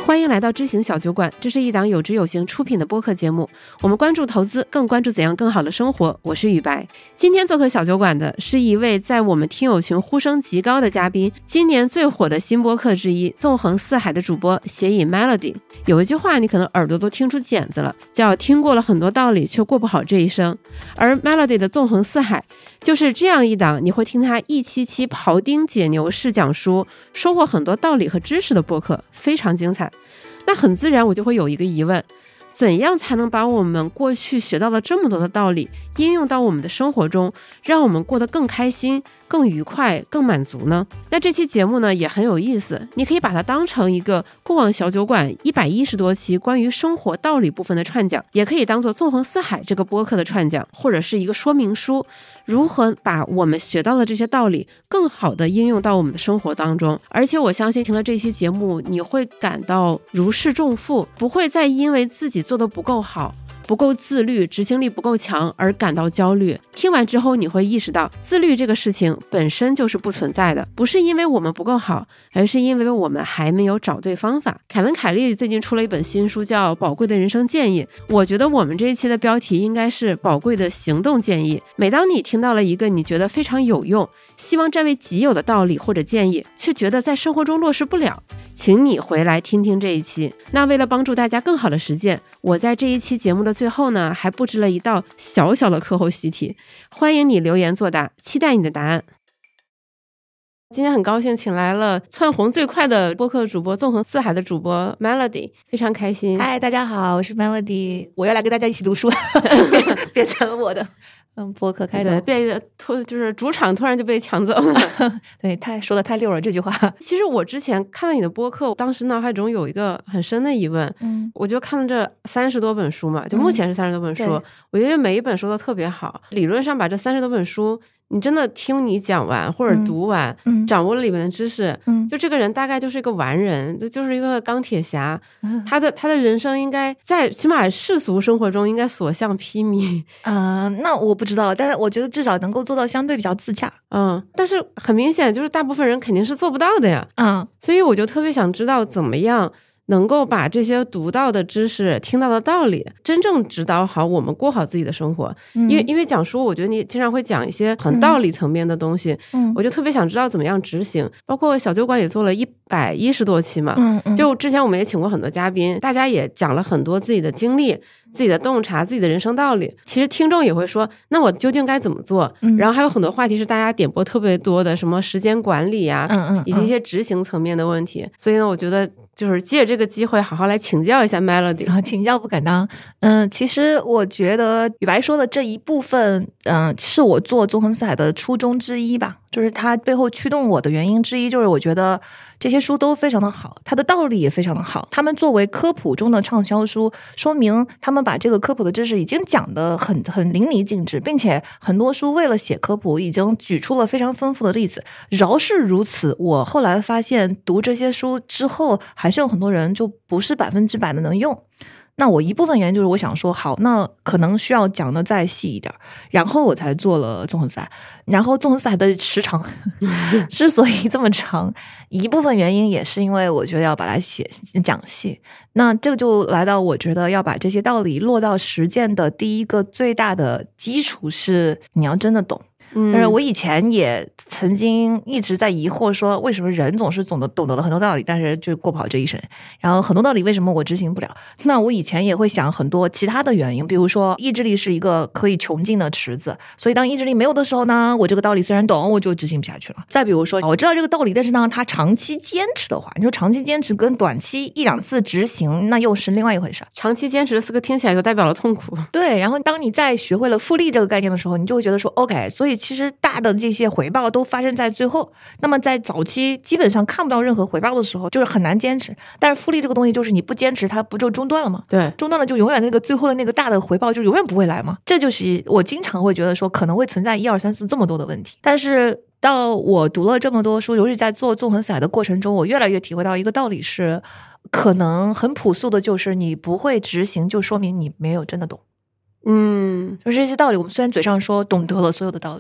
欢迎来到知行小酒馆，这是一档有知有行出品的播客节目。我们关注投资，更关注怎样更好的生活。我是雨白。今天做客小酒馆的是一位在我们听友群呼声极高的嘉宾，今年最火的新播客之一，纵横四海的主播写影 Melody。有一句话你可能耳朵都听出茧子了，叫听过了很多道理，却过不好这一生。而 Melody 的纵横四海就是这样一档你会听他一期期庖丁解牛式讲书，收获很多道理和知识的播客，非常精彩。那很自然我就会有一个疑问，怎样才能把我们过去学到了这么多的道理应用到我们的生活中，让我们过得更开心、更愉快、更满足呢？那这期节目呢也很有意思，你可以把它当成一个过往小酒馆110多期关于生活道理部分的串讲，也可以当做纵横四海这个播客的串讲，或者是一个说明书，如何把我们学到的这些道理更好的应用到我们的生活当中。而且我相信听了这期节目，你会感到如释重负，不会再因为自己做得不够好、不够自律、执行力不够强而感到焦虑。听完之后你会意识到，自律这个事情本身就是不存在的，不是因为我们不够好，而是因为我们还没有找对方法。凯文·凯利最近出了一本新书叫《宝贵的人生建议》，我觉得我们这一期的标题应该是宝贵的行动建议。每当你听到了一个你觉得非常有用、希望占为己有的道理或者建议，却觉得在生活中落实不了，请你回来听听这一期。那为了帮助大家更好的实践，我在这一期节目的最后呢，还布置了一道小小的课后习题，欢迎你留言作答，期待你的答案。今天很高兴请来了窜红最快的播客主播、纵横四海的主播 Melody， 非常开心。 嗨，大家好，我是 Melody， 我要来跟大家一起读书变成我的播客开头， 就是主场突然就被抢走了对，说的太溜了这句话。 其实我之前看到你的播客，当时脑海中有一个很深的疑问，我就看了这30多本书嘛，就目前是30多本书，我觉得每一本书都特别好，理论上把这30多本书你真的听你讲完或者读完，掌握了里面的知识，就这个人大概就是一个完人，就是一个钢铁侠，他的人生应该在起码世俗生活中应该所向披靡。 那我不知道，但是我觉得至少能够做到相对比较自洽。 但是很明显就是大部分人肯定是做不到的呀。所以我就特别想知道怎么样能够把这些读到的知识、听到的道理真正指导好我们过好自己的生活。因为讲书我觉得你经常会讲一些很道理层面的东西，我就特别想知道怎么样执行。包括小酒馆也做了110多期嘛，就之前我们也请过很多嘉宾，大家也讲了很多自己的经历、自己的洞察、自己的人生道理。其实听众也会说，那我究竟该怎么做？然后还有很多话题是大家点播特别多的，什么时间管理啊，以及一些执行层面的问题。所以呢，我觉得就是借这个机会好好来请教一下 Melody。 请教不敢当。其实我觉得雨白说的这一部分，是我做纵横四海的初衷之一吧。就是它背后驱动我的原因之一，就是我觉得这些书都非常的好，它的道理也非常的好。他们作为科普中的畅销书，说明他们把这个科普的知识已经讲得很淋漓尽致，并且很多书为了写科普已经举出了非常丰富的例子。饶是如此，我后来发现读这些书之后，还是有很多人就不是100%的能用。那我一部分原因就是我想说，好，那可能需要讲的再细一点，然后我才做了纵横四海。然后纵横四海的时长之所以这么长，一部分原因也是因为我觉得要把它讲细。那这个就来到我觉得要把这些道理落到实践的第一个最大的基础是你要真的懂。但是我以前也曾经一直在疑惑说，为什么人总是懂得了很多道理，但是就过不好这一生，然后很多道理为什么我执行不了。那我以前也会想很多其他的原因，比如说意志力是一个可以穷尽的池子，所以当意志力没有的时候呢，我这个道理虽然懂，我就执行不下去了。再比如说我知道这个道理，但是呢他长期坚持的话，你说长期坚持跟短期1-2次执行那又是另外一回事。 长期坚持的4个听起来就代表了痛苦。 对，然后当你在学会了复利这个概念的时候，你就会觉得说 OK， 所以其实大的这些回报都发生在最后，那么在早期基本上看不到任何回报的时候，就是很难坚持。但是复利这个东西就是你不坚持它不就中断了吗？ 对， 中断了就永远那个最后的那个大的回报就永远不会来吗？这就是我经常会觉得说可能会存在1、2、3、4这么多的问题。但是到我读了这么多书，尤其在做纵横四海的过程中，我越来越体会到一个道理是，可能很朴素的就是你不会执行就说明你没有真的懂。就是这些道理我们虽然嘴上说懂得了所有的道理，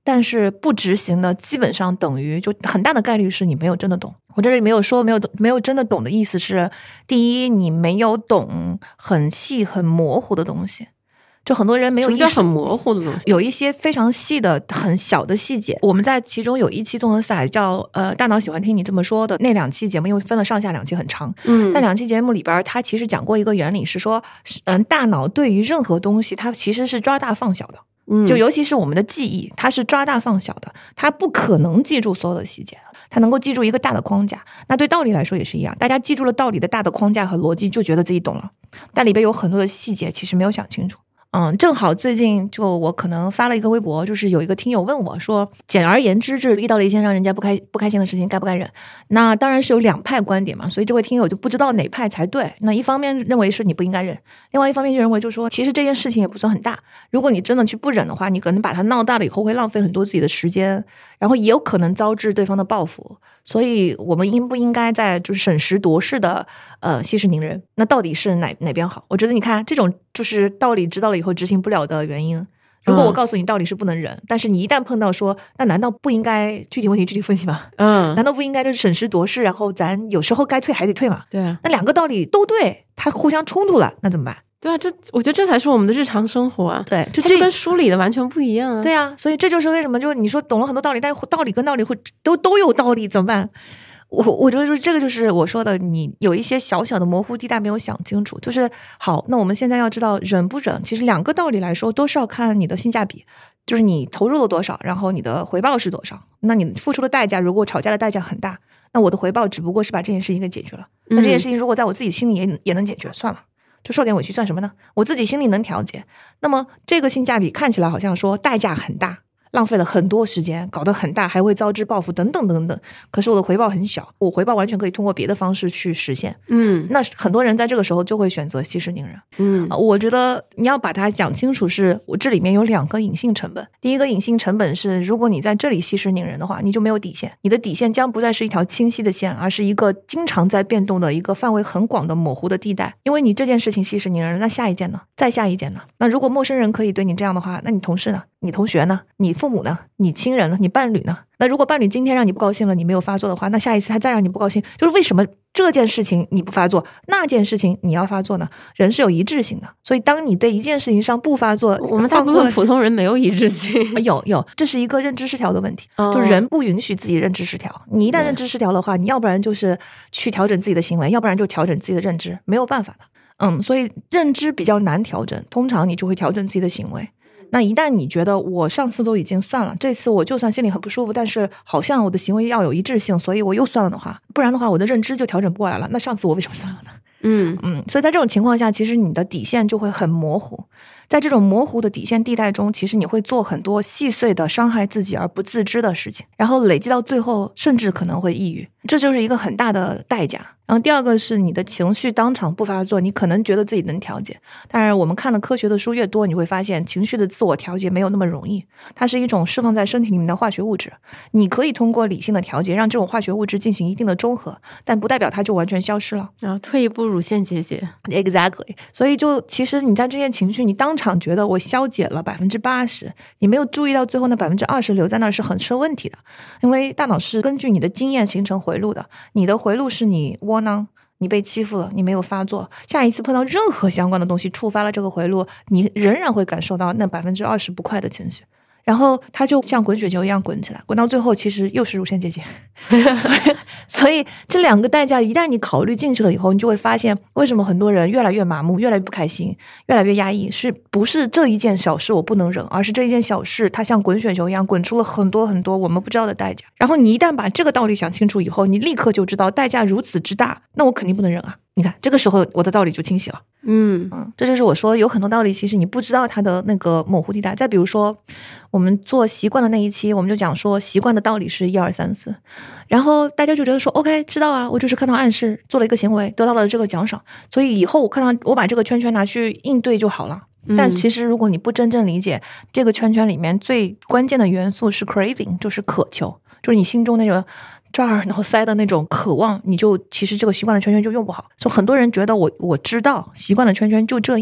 但是不执行的基本上等于就很大的概率是你没有真的懂。我这里没有说没有真的懂的意思是，第一，你没有懂很细很模糊的东西。就很多人没有意识， 什么叫很模糊的东西？ 有一些非常细的很小的细节。我们在其中有一期综合赛叫大脑喜欢听你这么说的那2期节目，因为分了上下2期很长。那2期节目里边它其实讲过一个原理，是说大脑对于任何东西它其实是抓大放小的。就尤其是我们的记忆，它是抓大放小的，它不可能记住所有的细节，它能够记住一个大的框架。那对道理来说也是一样，大家记住了道理的大的框架和逻辑，就觉得自己懂了，但里边有很多的细节其实没有想清楚。正好最近就我可能发了一个微博，就是有一个听友问我说，简而言之，就是遇到了一件让人家不开心的事情，该不该忍？那当然是有2派观点嘛，所以这位听友就不知道哪派才对。那一方面认为是你不应该忍，另外一方面就认为就说，其实这件事情也不算很大，如果你真的去不忍的话，你可能把它闹大了以后会浪费很多自己的时间，然后也有可能招致对方的报复。所以我们应不应该在就是审时度势的息事宁人？那到底是哪边好？我觉得你看这种就是道理知道了以后执行不了的原因。如果我告诉你道理是不能忍，但是你一旦碰到说，那难道不应该具体问题具体分析吗？难道不应该就是审时度势，然后咱有时候该退还得退嘛？ 对啊， 那2个道理都对，它互相冲突了，那怎么办？ 对啊，我觉得这才是我们的日常生活啊。 对， 它就跟书里的完全不一样啊。 对啊，所以这就是为什么就是你说懂了很多道理，但是道理跟道理会都有道理，怎么办？我觉得就是这个就是我说的，你有一些小小的模糊地带没有想清楚。就是好，那我们现在要知道忍不忍，其实2个道理来说都是要看你的性价比，就是你投入了多少，然后你的回报是多少。那你付出的代价，如果吵架的代价很大，那我的回报只不过是把这件事情给解决了。那这件事情如果在我自己心里也能解决，算了。就受点委屈算什么呢？我自己心里能调节。那么这个性价比看起来好像说代价很大，浪费了很多时间，搞得很大，还会遭致报复等等等等。可是我的回报很小，我回报完全可以通过别的方式去实现。那很多人在这个时候就会选择息事宁人。我觉得你要把它讲清楚，是我这里面有2个隐性成本。第一个隐性成本是，如果你在这里息事宁人的话，你就没有底线，你的底线将不再是一条清晰的线，而是一个经常在变动的一个范围很广的模糊的地带。因为你这件事情息事宁人，那下一件呢？再下一件呢？那如果陌生人可以对你这样的话，那你同事呢？你同学呢？你父母呢？你亲人呢？你伴侣呢？那如果伴侣今天让你不高兴了，你没有发作的话，那下一次他再让你不高兴，就是为什么这件事情你不发作，那件事情你要发作呢？人是有一致性的，所以当你对一件事情上不发作， 我们大部分普通人没有一致性。 有，这是一个认知失调的问题。就人不允许自己认知失调，你一旦认知失调的话，你要不然就是去调整自己的行为，要不然就调整自己的认知，没有办法的。所以认知比较难调整，通常你就会调整自己的行为。那一旦你觉得我上次都已经算了，这次我就算心里很不舒服，但是好像我的行为要有一致性，所以我又算了的话，不然的话我的认知就调整不过来了。那上次我为什么算了呢？所以在这种情况下，其实你的底线就会很模糊。在这种模糊的底线地带中，其实你会做很多细碎的伤害自己而不自知的事情，然后累积到最后，甚至可能会抑郁，这就是一个很大的代价。然后第2个是你的情绪当场不发作，你可能觉得自己能调节，但是我们看的科学的书越多，你会发现情绪的自我调节没有那么容易，它是一种释放在身体里面的化学物质，你可以通过理性的调节让这种化学物质进行一定的中和，但不代表它就完全消失了。 退一步乳腺结节 Exactly。 所以就其实你在这些情绪你当场觉得我消解了 80%， 你没有注意到最后那 20% 留在那是很是问题的。因为大脑是根据你的经验形成回路的，你的回路是你窝囊，你被欺负了，你没有发作，下一次碰到任何相关的东西触发了这个回路，你仍然会感受到那 20% 不快的情绪，然后它就像滚雪球一样滚起来，滚到最后其实又是乳腺结节。所以这2个代价一旦你考虑进去了以后，你就会发现为什么很多人越来越麻木，越来越不开心，越来越压抑，是不是这一件小事我不能忍，而是这一件小事它像滚雪球一样滚出了很多很多我们不知道的代价。然后你一旦把这个道理想清楚以后，你立刻就知道代价如此之大，那我肯定不能忍啊。你看这个时候我的道理就清晰了。这就是我说有很多道理其实你不知道它的那个模糊地带。再比如说我们做习惯的那一期，我们就讲说习惯的道理是1、2、3、4，然后大家就觉得说 OK 知道啊，我就是看到暗示做了一个行为得到了这个奖赏，所以以后我看到我把这个圈圈拿去应对就好了。但其实如果你不真正理解这个圈圈里面最关键的元素是 craving， 就是渴求，就是你心中那个这儿然后塞的那种渴望，你就其实这个习惯的圈圈就用不好。所以很多人觉得我知道习惯的圈圈就这样，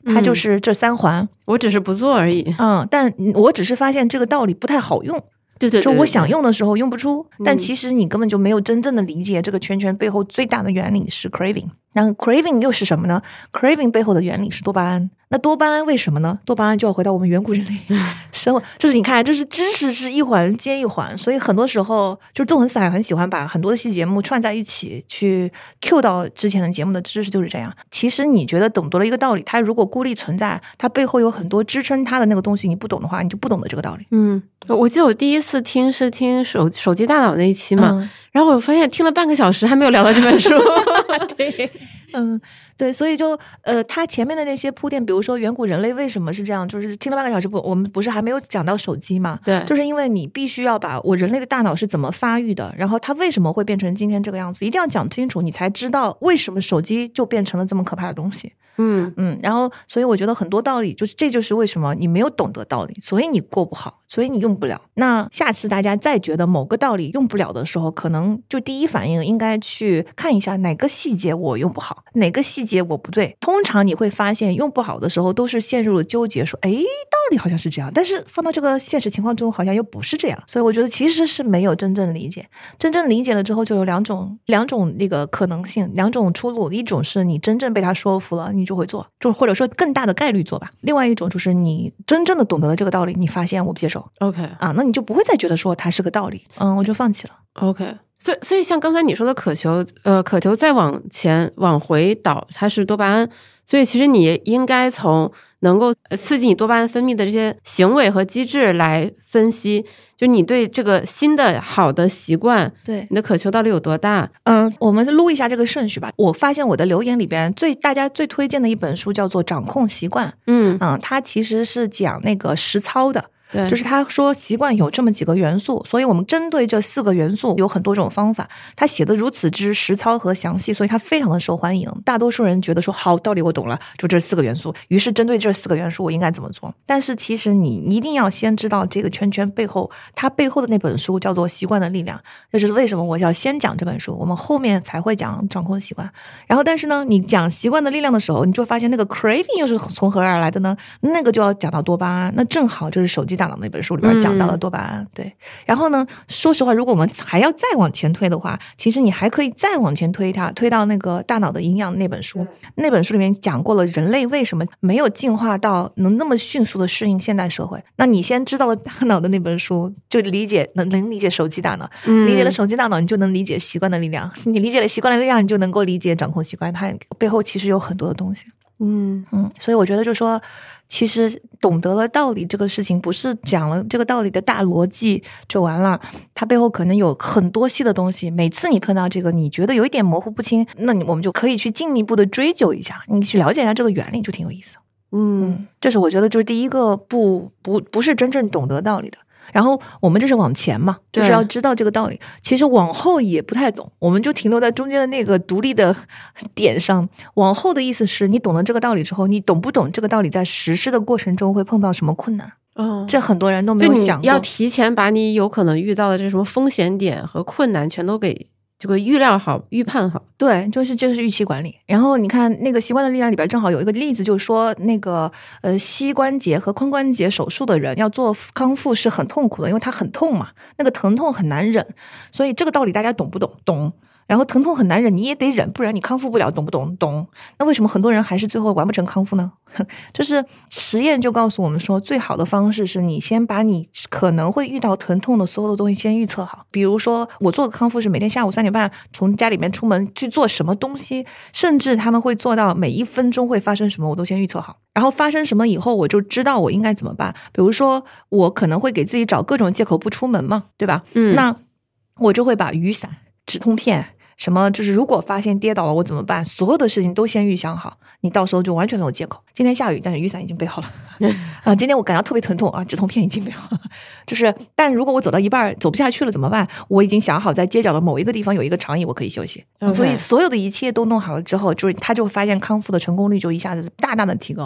它就是这3环。 我只是不做而已。 但我只是发现这个道理不太好用。 对， 就我想用的时候用不出，但其实你根本就没有真正的理解这个圈圈背后最大的原理是 craving。那 craving 又是什么呢？ craving 背后的原理是多巴胺。那多巴胺为什么呢？多巴胺就要回到我们远古人类生活，就是你看，就是知识是一环接一环，所以很多时候就纵横四海很喜欢把很多的节目串在一起去 cue 到之前的节目的知识，就是这样。其实你觉得懂得了一个道理，它如果孤立存在，它背后有很多支撑它的那个东西，你不懂的话，你就不懂得这个道理。 我记得我第一次听是听手机大脑那一期嘛，然后我发现听了半个小时还没有聊到这本书。 对，对，所以就他前面的那些铺垫，比如说远古人类为什么是这样，就是听了半个小时我们不是还没有讲到手机嘛？ 对， 就是因为你必须要把我人类的大脑是怎么发育的，然后它为什么会变成今天这个样子，一定要讲清楚，你才知道为什么手机就变成了这么可怕的东西。然后所以我觉得很多道理就是这就是为什么你没有懂得道理，所以你过不好，所以你用不了。那下次大家再觉得某个道理用不了的时候，可能就第一反应应该去看一下哪个细节我用不好，哪个细节我不对。通常你会发现用不好的时候都是陷入了纠结，说道理好像是这样，但是放到这个现实情况中好像又不是这样。所以我觉得其实是没有真正理解，真正理解了之后就有两种那个可能性，两种出路。一种是你真正被他说服了，你就会做，就或者说更大的概率做吧。另外一种就是你真正的懂得了这个道理，你发现我不接受 OK 那你就不会再觉得说它是个道理，我就放弃了。 OK。所以像刚才你说的渴求再往回倒，它是多巴胺，所以其实你应该从能够刺激你多巴胺分泌的这些行为和机制来分析，就你对这个新的好的习惯， 对你的渴求到底有多大。 我们录一下这个顺序吧。我发现我的留言里边大家最推荐的一本书叫做《掌控习惯》。它其实是讲那个实操的。 对， 就是他说习惯有这么几个元素，所以我们针对这4个元素有很多种方法，他写的如此之实操和详细，所以他非常的受欢迎。大多数人觉得说好，道理我懂了，就这4个元素，于是针对这4个元素我应该怎么做。但是其实你一定要先知道这个圈圈背后，它背后的那本书叫做《习惯的力量》，这就是为什么我要先讲这本书，我们后面才会讲掌控习惯。然后但是呢，你讲习惯的力量的时候，你就发现那个 craving 又是从何而来的呢？那个就要讲到多巴胺，那正好就是手机大脑那本书里边讲到了多巴胺。对，然后呢，说实话，如果我们还要再往前推的话，其实你还可以再往前推到那个大脑的营养那本书。那本书里面讲过了人类为什么没有进化到能那么迅速的适应现代社会。那你先知道了大脑的那本书，就能理解手机大脑，理解了手机大脑，你就能理解习惯的力量，你理解了习惯的力量，你就能够理解掌控习惯，它背后其实有很多的东西。所以我觉得就说其实懂得了道理这个事情，不是讲了这个道理的大逻辑就完了，它背后可能有很多细的东西。每次你碰到这个你觉得有一点模糊不清，那我们就可以去进一步的追究一下，你去了解一下这个原理，就挺有意思。这是我觉得就是第一个不是真正懂得道理的。然后我们这是往前嘛，就是要知道这个道理。其实往后也不太懂，我们就停留在中间的那个独立的点上。往后的意思是你懂了这个道理之后，你懂不懂这个道理在实施的过程中会碰到什么困难？这很多人都没有想过。 要提前把你有可能遇到的这什么风险点和困难全都给这个预料好、预判好。 对，就是这是预期管理。然后你看那个习惯的力量里边正好有一个例子，就是说那个膝关节和髋关节手术的人要做康复是很痛苦的，因为它很痛嘛，那个疼痛很难忍。所以这个道理大家懂不懂？懂。然后疼痛很难忍，你也得忍，不然你康复不了，懂不懂？懂。那为什么很多人还是最后完不成康复呢？就是实验就告诉我们说，最好的方式是你先把你可能会遇到疼痛的所有的东西先预测好。比如说我做的康复是每天下午3点半从家里面出门去做什么东西，甚至他们会做到每1分钟会发生什么我都先预测好，然后发生什么以后我就知道我应该怎么办。比如说我可能会给自己找各种借口不出门嘛，对吧？那我就会把雨伞、止痛片什么，就是如果发现跌倒了我怎么办，所有的事情都先预想好，你到时候就完全没有借口。今天下雨，但是雨伞已经备好了今天我感到特别疼痛止痛片已经备好了。就是但如果我走到一半走不下去了怎么办，我已经想好在街角的某一个地方有一个长椅我可以休息。所以所有的一切都弄好了之后，就是他就发现康复的成功率就一下子大大的提高。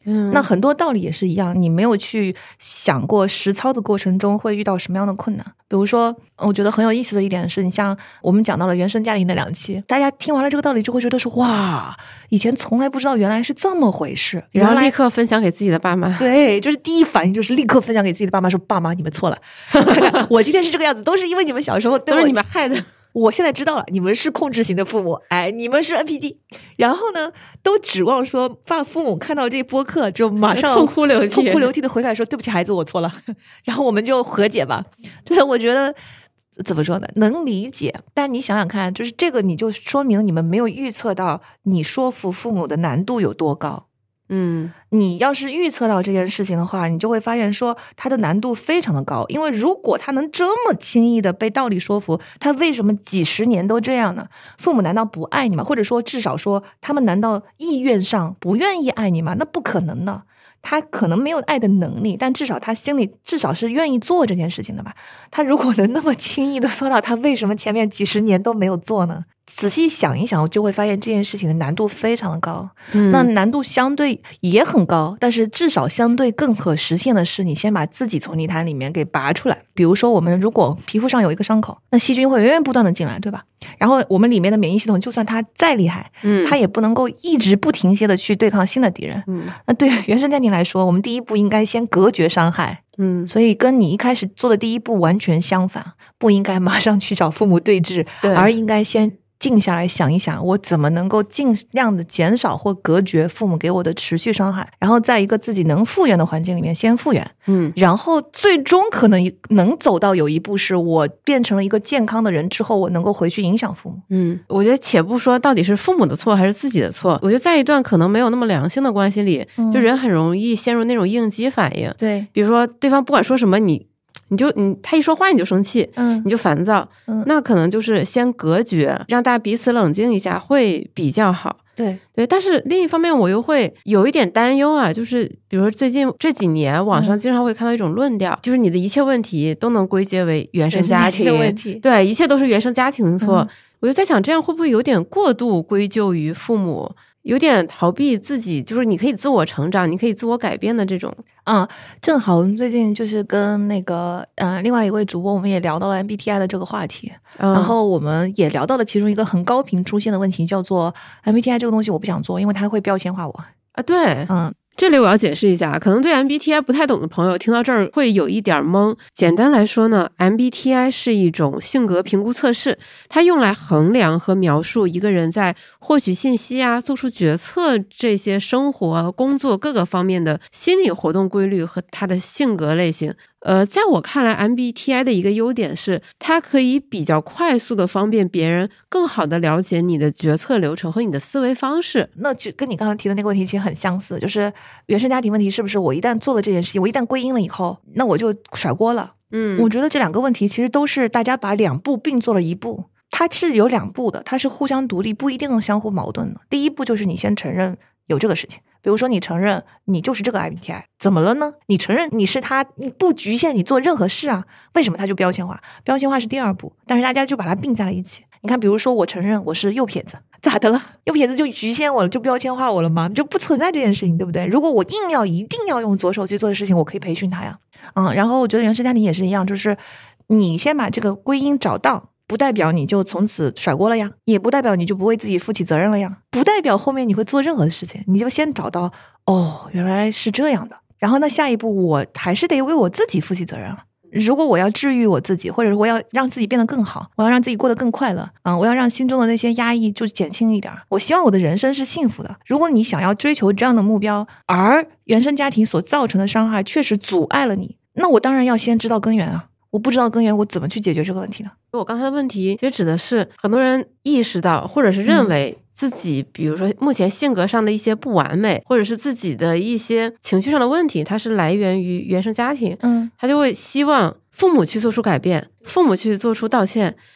那很多道理也是一样，你没有去想过实操的过程中会遇到什么样的困难。比如说我觉得很有意思的一点是，你像我们讲到了原生家庭的2期，大家听完了这个道理就会觉得说，哇，以前从来不知道原来是这么回事， 然后立刻分享给自己的爸妈。 对，就是第一反应就是立刻分享给自己的爸妈，说爸妈你们错了，我今天是这个样子都是因为你们小时候都是你们害的， 我现在知道了，你们是控制型的父母，哎，你们是 NPD， 然后呢，都指望说父母看到这播客就马上痛哭流涕的回来说对不起孩子，我错了，然后我们就和解吧。就是我觉得怎么说呢，能理解，但你想想看，就是这个你就说明你们没有预测到你说服父母的难度有多高。你要是预测到这件事情的话，你就会发现说它的难度非常的高，因为如果他能这么轻易的被道理说服，他为什么几十年都这样呢？父母难道不爱你吗？或者说至少说他们难道意愿上不愿意爱你吗？那不可能的，他可能没有爱的能力，但至少他心里至少是愿意做这件事情的吧。他如果能那么轻易的做到，他为什么前面几十年都没有做呢？仔细想一想，我就会发现这件事情的难度非常的高。那难度相对也很高，但是至少相对更可实现的是，你先把自己从泥潭里面给拔出来。比如说我们如果皮肤上有一个伤口，那细菌会源源不断的进来，对吧？然后我们里面的免疫系统就算它再厉害，它也不能够一直不停歇的去对抗新的敌人。那对原生家庭来说，我们第一步应该先隔绝伤害。所以跟你一开始做的第一步完全相反，不应该马上去找父母对峙，而应该先静下来想一想，我怎么能够尽量的减少或隔绝父母给我的持续伤害，然后在一个自己能复原的环境里面先复原，然后最终可能能走到有一步是我变成了一个健康的人之后，我能够回去影响父母。 我觉得且不说到底是父母的错还是自己的错，我觉得在一段可能没有那么良性的关系里，就人很容易陷入那种应激反应。 对， 比如说对方不管说什么，他一说话你就生气，你就烦躁，那可能就是先隔绝，让大家彼此冷静一下会比较好。 对， 但是另一方面我又会有一点担忧啊，就是比如说最近这几年网上经常会看到一种论调，就是你的一切问题都能归结为原生家庭问题， 对，一切都是原生家庭的错。我就在想，这样会不会有点过度归咎于父母，有点逃避自己，就是你可以自我成长，你可以自我改变的这种。 正好我们最近就是跟那个另外一位主播，我们也聊到了 MBTI 的这个话题，然后我们也聊到了其中一个很高频出现的问题，叫做 MBTI 这个东西我不想做，因为它会标签化我啊。对，这里我要解释一下，可能对 MBTI 不太懂的朋友听到这儿会有一点懵。简单来说呢， MBTI 是一种性格评估测试，它用来衡量和描述一个人在获取信息啊、做出决策这些生活、工作各个方面的心理活动规律和他的性格类型。在我看来 MBTI 的一个优点是它可以比较快速的方便别人更好的了解你的决策流程和你的思维方式。 那就跟你刚刚提的那个问题其实很相似，就是原生家庭问题是不是我一旦做了这件事情，我一旦归因了以后，那我就甩锅了。我觉得这两个问题其实都是大家把两步并做了一步，它是有两步的，它是互相独立，不一定相互矛盾的。第一步就是你先承认有这个事情，比如说你承认你就是这个 MBTI， 怎么了呢？你承认你是他，你不局限你做任何事啊，为什么他就标签化？标签化是第二步，但是大家就把它并在了一起。你看，比如说我承认我是右撇子，咋的了？右撇子就局限我了，就标签化我了吗？就不存在这件事情，对不对？如果我一定要用左手去做的事情，我可以培训他呀。然后我觉得原生家庭也是一样，就是你先把这个归因找到，不代表你就从此甩锅了呀，也不代表你就不为自己负起责任了呀，不代表后面你会做任何事情，你就先找到原来是这样的，然后那下一步我还是得为我自己负起责任了。如果我要治愈我自己，或者是我要让自己变得更好，我要让自己过得更快乐我要让心中的那些压抑就减轻一点，我希望我的人生是幸福的。如果你想要追求这样的目标，而原生家庭所造成的伤害确实阻碍了你，那我当然要先知道根源啊。我不知道根源，我怎么去解决这个问题呢？ 我刚才的问题其实指的是很多人意识到或者是认为自己比如说目前性格上的一些不完美，或者是自己的一些情绪上的问题，它是来源于原生家庭，他就会希望父母去做出改变，父母去做出道歉。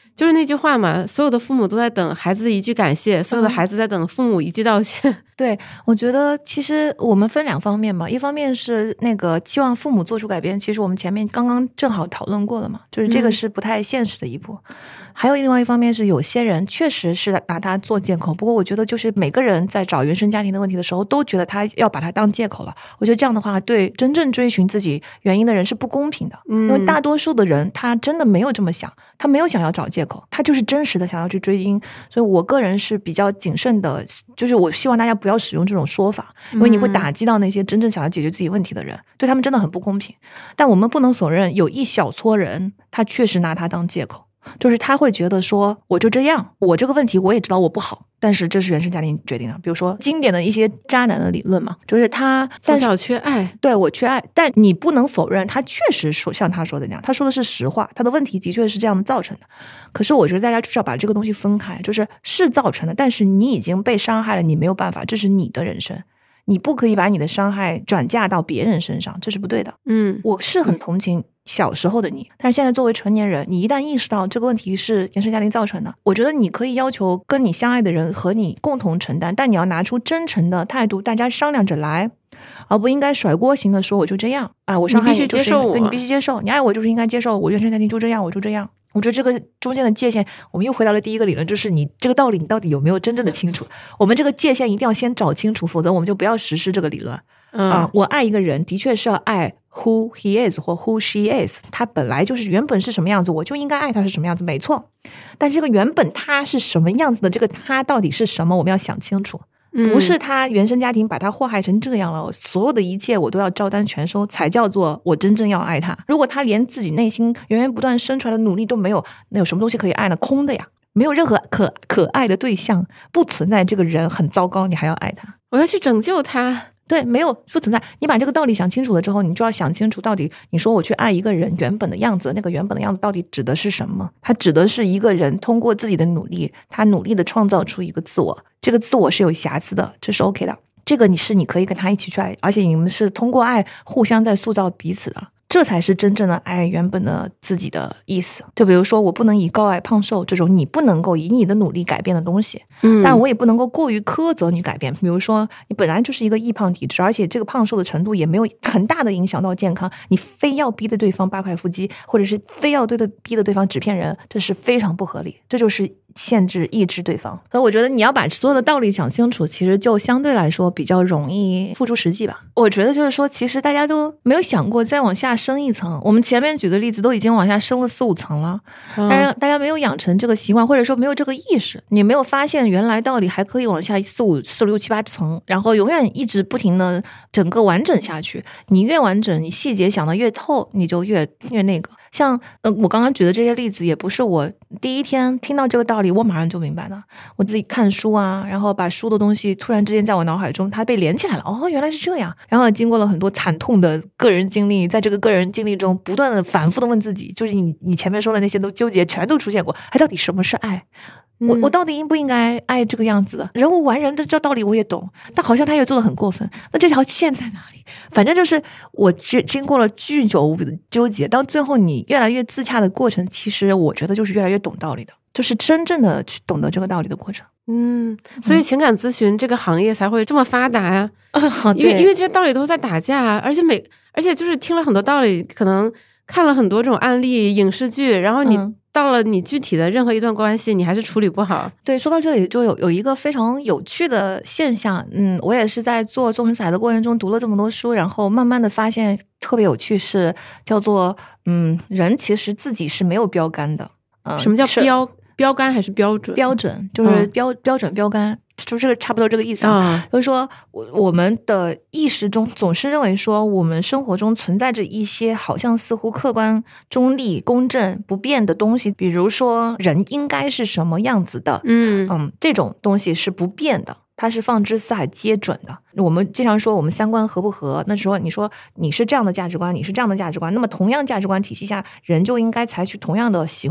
就是那句话嘛，所有的父母都在等孩子一句感谢，所有的孩子在等父母一句道歉。 对，我觉得其实我们分两方面嘛，一方面是那个期望父母做出改变，其实我们前面刚刚正好讨论过了嘛，就是这个是不太现实的一步。还有另外一方面是有些人确实是拿它做借口，不过我觉得就是每个人在找原生家庭的问题的时候都觉得他要把它当借口了，我觉得这样的话对真正追寻自己原因的人是不公平的。因为大多数的人他真的没有这么想，他没有想要找借口，他就是真实的想要去追因。所以我个人是比较谨慎的，就是我希望大家不要使用这种说法，因为你会打击到那些真正想要解决自己问题的人，对他们真的很不公平。但我们不能否认有一小撮人他确实拿它当借口，就是他会觉得说我就这样，我这个问题我也知道我不好，但是这是原生家庭决定的。比如说经典的一些渣男的理论嘛，就是他从小缺爱， 对，我缺爱，但你不能否认他确实说像他说的那样，他说的是实话，他的问题的确是这样的造成的。可是我觉得大家至少把这个东西分开，是造成的，但是你已经被伤害了，你没有办法，这是你的人生，你不可以把你的伤害转嫁到别人身上，这是不对的。我是很同情小时候的你，但是现在作为成年人，你一旦意识到这个问题是原生家庭造成的，我觉得你可以要求跟你相爱的人和你共同承担，但你要拿出真诚的态度，大家商量着来，而不应该甩锅型的说我就这样啊，我伤害你必须接受我， 对，你必须接受，你爱我就是应该接受，我原生家庭就这样，我就这样。我觉得这个中间的界限，我们又回到了第一个理论，就是你这个道理你到底有没有真正的清楚，我们这个界限一定要先找清楚，否则我们就不要实施这个理论。我爱一个人的确是要爱 who he is 或 who she is， 他本来就是原本是什么样子，我就应该爱他是什么样子，没错。但这个原本他是什么样子的，这个他到底是什么，我们要想清楚。不是他原生家庭把他祸害成这样了，所有的一切我都要照单全收才叫做我真正要爱他。如果他连自己内心源源不断生出来的努力都没有，那有什么东西可以爱呢？空的呀，没有任何可爱的对象，不存在。这个人很糟糕，你还要爱他？ 我要去拯救他。 对，没有不存在。你把这个道理想清楚了之后，你就要想清楚，到底你说我去爱一个人原本的样子，那个原本的样子到底指的是什么？它指的是一个人通过自己的努力，他努力的创造出一个自我，这个自我是有瑕疵的，这是 OK 的。这个你可以跟他一起去爱，而且你们是通过爱互相在塑造彼此的。这才是真正的爱原本的自己的意思。就比如说我不能以高矮胖瘦这种你不能够以你的努力改变的东西，但我也不能够过于苛责你改变。比如说你本来就是一个易胖体质，而且这个胖瘦的程度也没有很大的影响到健康，你非要逼得对方8块腹肌，或者是非要逼得对方纸片人，这是非常不合理，这就是限制抑制对方。所以我觉得你要把所有的道理想清楚，其实就相对来说比较容易付诸实际吧。我觉得就是说其实大家都没有想过再往下升一层，我们前面举的例子都已经往下升了4、5层了，但是大家没有养成这个习惯，或者说没有这个意识，你没有发现原来道理还可以往下4、5、4、6、7、8层，然后永远一直不停的整个完整下去。你越完整，你细节想得越透，你就越那个。像我刚刚举的这些例子也不是我第一天听到这个道理我马上就明白的，我自己看书啊，然后把书的东西突然之间在我脑海中它被连起来了，哦，原来是这样。然后经过了很多惨痛的个人经历，在这个个人经历中不断的反复的问自己，就是你前面说的那些都纠结全都出现过，到底什么是爱？我到底应不应该爱这个样子的？人无完人的这道理我也懂，但好像他也做得很过分，那这条线在哪里？反正就是我经过了巨久无比的纠结，到最后你越来越自洽的过程，其实我觉得就是越来越懂道理的，就是真正的去懂得这个道理的过程。 所以情感咨询这个行业才会这么发达呀，因为这些道理都在打架，而且就是听了很多道理，可能看了很多这种案例影视剧，然后你到了你具体的任何一段关系，你还是处理不好。 对，说到这里就有一个非常有趣的现象，我也是在做纵横四海的过程中读了这么多书，然后慢慢的发现特别有趣，是叫做人其实自己是没有标杆的。 什么叫标杆还是标准？ 标准就是标准标杆。就是这个差不多这个意思就是说我们的意识中总是认为说我们生活中存在着一些好像似乎客观中立公正不变的东西，比如说人应该是什么样子的，这种东西是不变的，它是放之四海皆准的。我们经常说我们三观合不合，那时候你说你是这样的价值观，你是这样的价值观，那么同样价值观体系下人就应该采取同样的行为。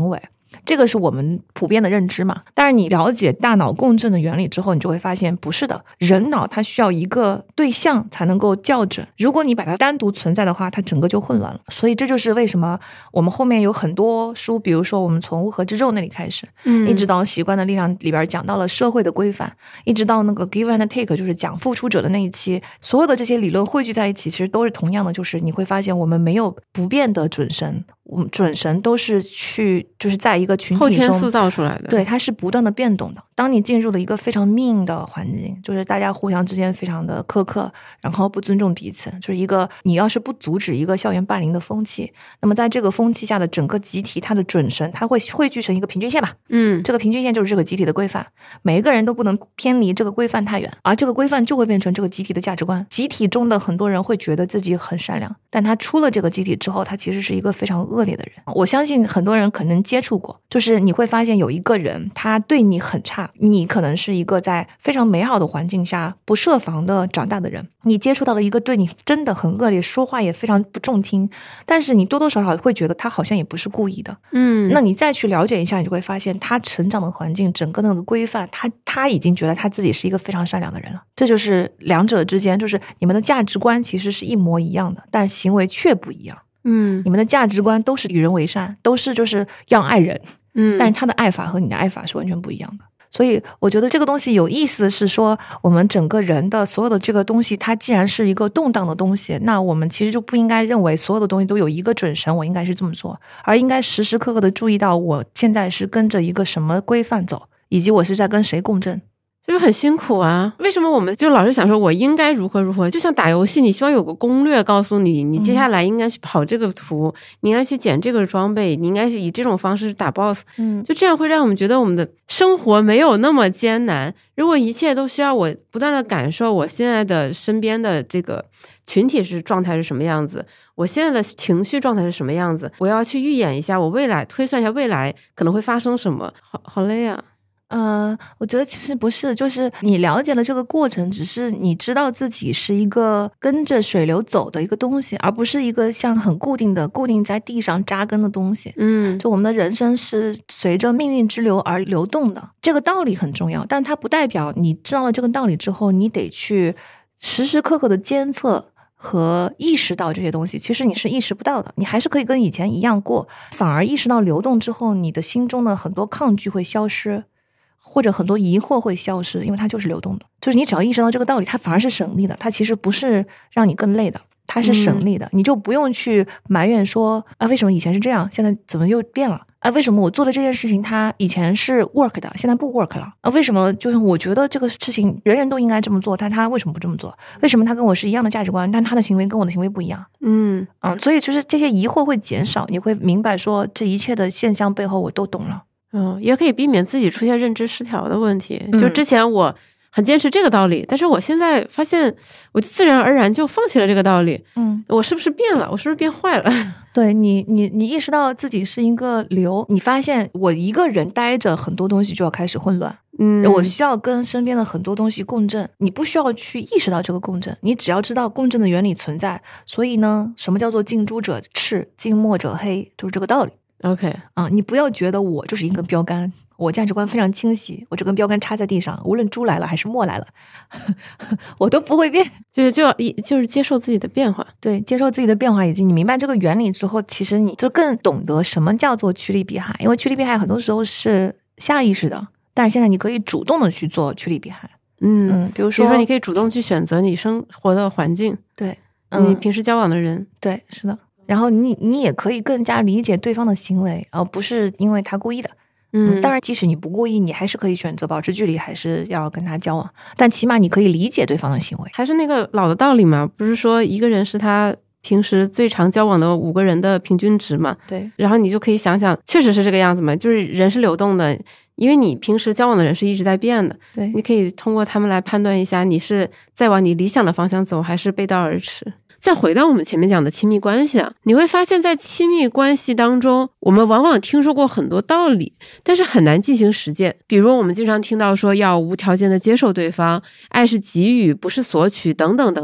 这个是我们普遍的认知嘛。但是你了解大脑共振的原理之后，你就会发现不是的，人脑它需要一个对象才能够校准，如果你把它单独存在的话，它整个就混乱了。所以这就是为什么我们后面有很多书，比如说我们从乌合之众那里开始，一直到习惯的力量里边讲到了社会的规范，一直到那个 give and take 就是讲付出者的那一期，所有的这些理论汇聚在一起，其实都是同样的，就是你会发现我们没有不变的准神，我们准神都是就是在一个群体中后天塑造出来的， 对，它是不断的变动的。当你进入了一个非常命的环境，就是大家互相之间非常的苛刻，然后不尊重彼此，就是一个你要是不阻止一个校园霸凌的风气，那么在这个风气下的整个集体，它的准神它会汇聚成一个平均线吧。这个平均线就是这个集体的规范，每一个人都不能偏离这个规范太远，而这个规范就会变成这个集体的价值观。集体中的很多人会觉得自己很善良，但他出了这个集体之后，他其实是一个非常恶劣的人。我相信很多人可能接触过，就是你会发现有一个人他对你很差，你可能是一个在非常美好的环境下不设防的长大的人，你接触到了一个对你真的很恶劣，说话也非常不中听，但是你多多少少会觉得他好像也不是故意的。那你再去了解一下，你就会发现他成长的环境整个那个规范，他已经觉得他自己是一个非常善良的人了。这就是两者之间，就是你们的价值观其实是一模一样的，但是行为却不一样。你们的价值观都是与人为善，都是就是要爱人，但是他的爱法和你的爱法是完全不一样的。所以我觉得这个东西有意思是说，我们整个人的所有的这个东西，它既然是一个动荡的东西，那我们其实就不应该认为所有的东西都有一个准绳，我应该是这么做，而应该时时刻刻的注意到我现在是跟着一个什么规范走，以及我是在跟谁共振。 就是很辛苦啊，为什么我们就老是想说我应该如何如何，就像打游戏，你希望有个攻略告诉你，你接下来应该去跑这个图，你应该去捡这个装备，你应该是以这种方式打 boss，就这样会让我们觉得我们的生活没有那么艰难。如果一切都需要我不断的感受我现在的身边的这个群体是状态是什么样子，我现在的情绪状态是什么样子，我要去预演一下我未来，推算一下未来可能会发生什么，好累啊。 我觉得其实不是，就是你了解了这个过程，只是你知道自己是一个跟着水流走的一个东西，而不是一个像很固定在地上扎根的东西。就我们的人生是随着命运之流而流动的，这个道理很重要，但它不代表你知道了这个道理之后，你得去时时刻刻的监测和意识到这些东西，其实你是意识不到的，你还是可以跟以前一样过，反而意识到流动之后，你的心中的很多抗拒会消失，或者很多疑惑会消失，因为它就是流动的。就是你只要意识到这个道理，它反而是省力的，它其实不是让你更累的，它是省力的。你就不用去埋怨说啊，为什么以前是这样，现在怎么又变了啊？为什么我做的这件事情它以前是 work 的，现在不 work 了啊？为什么就是我觉得这个事情人人都应该这么做，但他为什么不这么做？为什么他跟我是一样的价值观，但他的行为跟我的行为不一样？所以就是这些疑惑会减少，你会明白说这一切的现象背后我都懂了。 也可以避免自己出现认知失调的问题。就之前我很坚持这个道理，但是我现在发现我自然而然就放弃了这个道理。我是不是变了？我是不是变坏了？ 对，你意识到自己是一个流，你发现我一个人待着，很多东西就要开始混乱。我需要跟身边的很多东西共振，你不需要去意识到这个共振，你只要知道共振的原理存在。所以呢，什么叫做近朱者赤，近墨者黑，就是这个道理。 OK 你不要觉得我就是一根标杆，我价值观非常清晰，我这根标杆插在地上，无论猪来了还是墨来了我都不会变， 就是接受自己的变化。 对，接受自己的变化，以及你明白这个原理之后，其实你就更懂得什么叫做趋利避害。因为趋利避害很多时候是下意识的，但是现在你可以主动的去做趋利避害。比如说你可以主动去选择你生活的环境， 对， 你平时交往的人， 对，是的。然后你也可以更加理解对方的行为，而不是因为他故意的。当然即使你不故意，你还是可以选择保持距离，还是要跟他交往，但起码你可以理解对方的行为。 还是那个老的道理嘛，不是说一个人是他平时最常交往的5个人的平均值嘛？ 对。 然后你就可以想想，确实是这个样子嘛，就是人是流动的，因为你平时交往的人是一直在变的。 对， 你可以通过他们来判断一下，你是在往你理想的方向走，还是背道而驰。再回到我们前面讲的亲密关系啊，你会发现在亲密关系当中，我们往往听说过很多道理，但是很难进行实践。比如我们经常听到说要无条件的接受对方，爱是给予不是索取等等等等。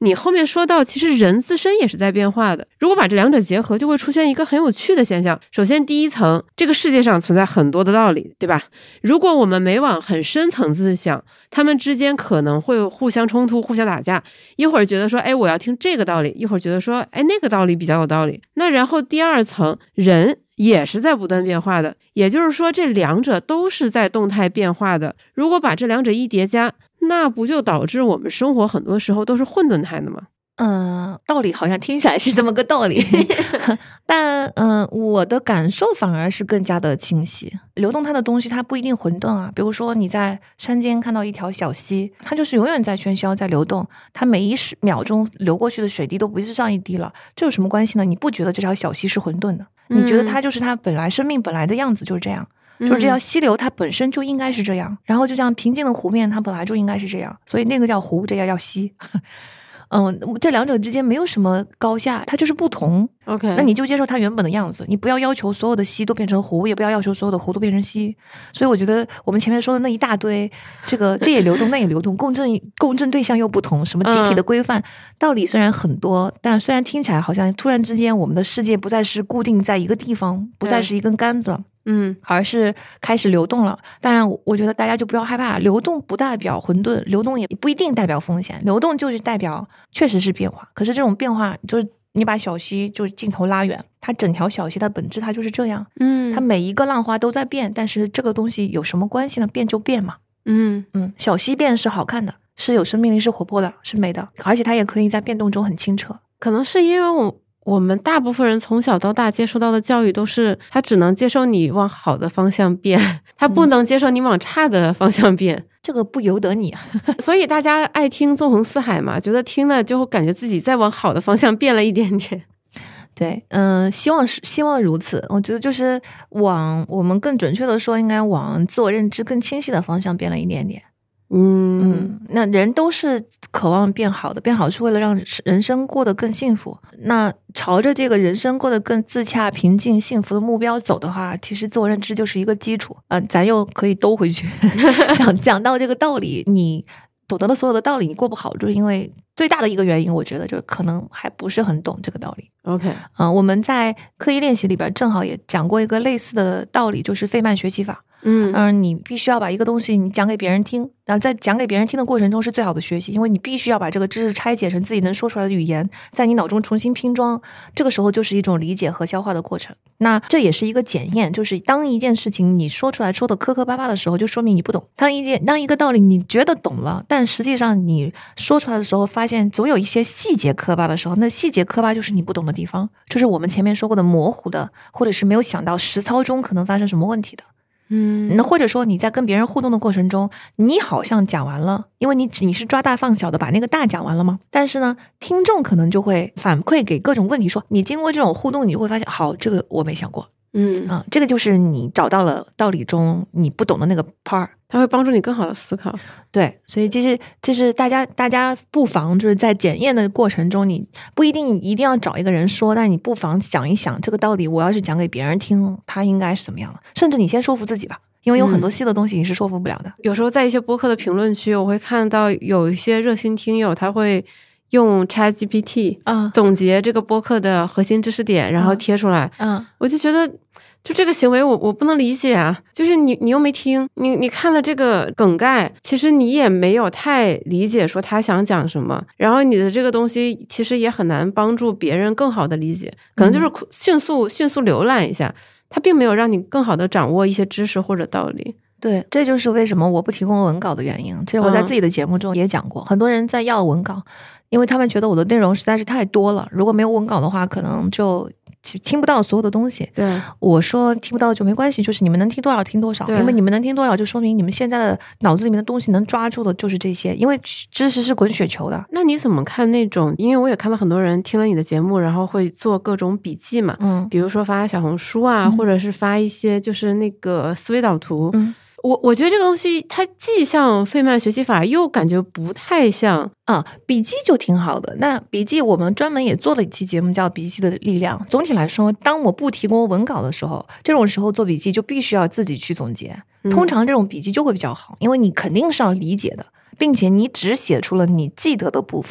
你后面说到其实人自身也是在变化的，如果把这两者结合，就会出现一个很有趣的现象。首先第一层，这个世界上存在很多的道理，对吧？如果我们没往很深层次想，他们之间可能会互相冲突，互相打架，一会儿觉得说我要听这个道理，一会儿觉得说那个道理比较有道理。那然后第二层，人也是在不断变化的，也就是说这两者都是在动态变化的。如果把这两者一叠加，那不就导致我们生活很多时候都是混沌态的吗？ 道理好像听起来是这么个道理，但我的感受反而是更加的清晰。流动它的东西它不一定混沌啊，比如说你在山间看到一条小溪，它就是永远在喧嚣在流动，它每一秒钟流过去的水滴都不是上一滴了，这有什么关系呢？你不觉得这条小溪是混沌的，你觉得它就是它本来生命本来的样子就是这样，就是这条溪流它本身就应该是这样，然后就像平静的湖面它本来就应该是这样，所以那个叫湖，这个叫溪。这两者之间没有什么高下，它就是不同。 OK， 那你就接受它原本的样子，你不要要求所有的溪都变成湖，也不要要求所有的湖都变成溪。所以我觉得我们前面说的那一大堆，这也流动，那也流动，共振对象又不同，什么集体的规范，道理虽然很多，但虽然听起来好像突然之间我们的世界不再是固定在一个地方，不再是一根杆子了。而是开始流动了。当然我觉得大家就不要害怕，流动不代表混沌，流动也不一定代表风险，流动就是代表确实是变化。可是这种变化就是你把小溪就是镜头拉远，它整条小溪它本质它就是这样，它每一个浪花都在变，但是这个东西有什么关系呢？变就变嘛。小溪变是好看的，是有生命力，是活泼的，是美的，而且它也可以在变动中很清澈。 可能是因为我们大部分人从小到大接受到的教育都是，他只能接受你往好的方向变，他不能接受你往差的方向变。 这个不由得你。 所以大家爱听纵横四海嘛，觉得听了就会感觉自己再往好的方向变了一点点。 对，希望如此。我觉得就是我们更准确的说，应该往自我认知更清晰的方向变了一点点。那人都是渴望变好的，变好是为了让人生过得更幸福。那朝着这个人生过得更自洽、平静、幸福的目标走的话，其实自我认知就是一个基础。咱又可以兜回去讲到这个道理，你懂得了所有的道理，你过不好，就是因为最大的一个原因，我觉得就是可能还不是很懂这个道理。 OK， 我们在刻意练习里边正好也讲过一个类似的道理，就是费曼学习法。你必须要把一个东西你讲给别人听，然后在讲给别人听的过程中是最好的学习，因为你必须要把这个知识拆解成自己能说出来的语言，在你脑中重新拼装，这个时候就是一种理解和消化的过程。那这也是一个检验，就是当一件事情你说出来说的磕磕巴巴的时候，就说明你不懂。当一个道理你觉得懂了，但实际上你说出来的时候发现总有一些细节磕巴的时候，那细节磕巴就是你不懂的地方，就是我们前面说过的模糊的，或者是没有想到实操中可能发生什么问题的。那或者说你在跟别人互动的过程中，你好像讲完了，因为你是抓大放小的把那个大讲完了吗？但是呢，听众可能就会反馈给各种问题，说你经过这种互动，你就会发现，好，这个我没想过。这个就是你找到了道理中你不懂的那个 part， 它会帮助你更好的思考。 对，所以这是大家不妨就是在检验的过程中，你不一定要找一个人说，但你不妨想一想，这个道理我要是讲给别人听，他应该是怎么样的？甚至你先说服自己吧，因为有很多细的东西你是说服不了的。 有时候在一些播客的评论区，我会看到有一些热心听友，他会用 ChatGPT 总结这个播客的核心知识点，然后贴出来。我就觉得就这个行为我不能理解啊，就是你又没听，你看了这个梗概，其实你也没有太理解说他想讲什么，然后你的这个东西其实也很难帮助别人更好的理解，可能就是迅速浏览一下，它并没有让你更好的掌握一些知识或者道理。 对，这就是为什么我不提供文稿的原因。其实我在自己的节目中也讲过，很多人在要文稿，因为他们觉得我的内容实在是太多了，如果没有文稿的话，可能就听不到所有的东西。 对， 我说听不到就没关系，就是你们能听多少听多少，因为你们能听多少就说明你们现在的脑子里面的东西能抓住的就是这些，因为知识是滚雪球的。 那你怎么看那种，因为我也看到很多人听了你的节目然后会做各种笔记嘛，比如说发小红书啊，或者是发一些就是那个思维导图。我觉得这个东西它既像费曼学习法，又感觉不太像笔记就挺好的。那笔记我们专门也做了一期节目叫笔记的力量。总体来说，当我不提供文稿的时候，这种时候做笔记就必须要自己去总结，通常这种笔记就会比较好，因为你肯定是要理解的，并且你只写出了你记得的部分，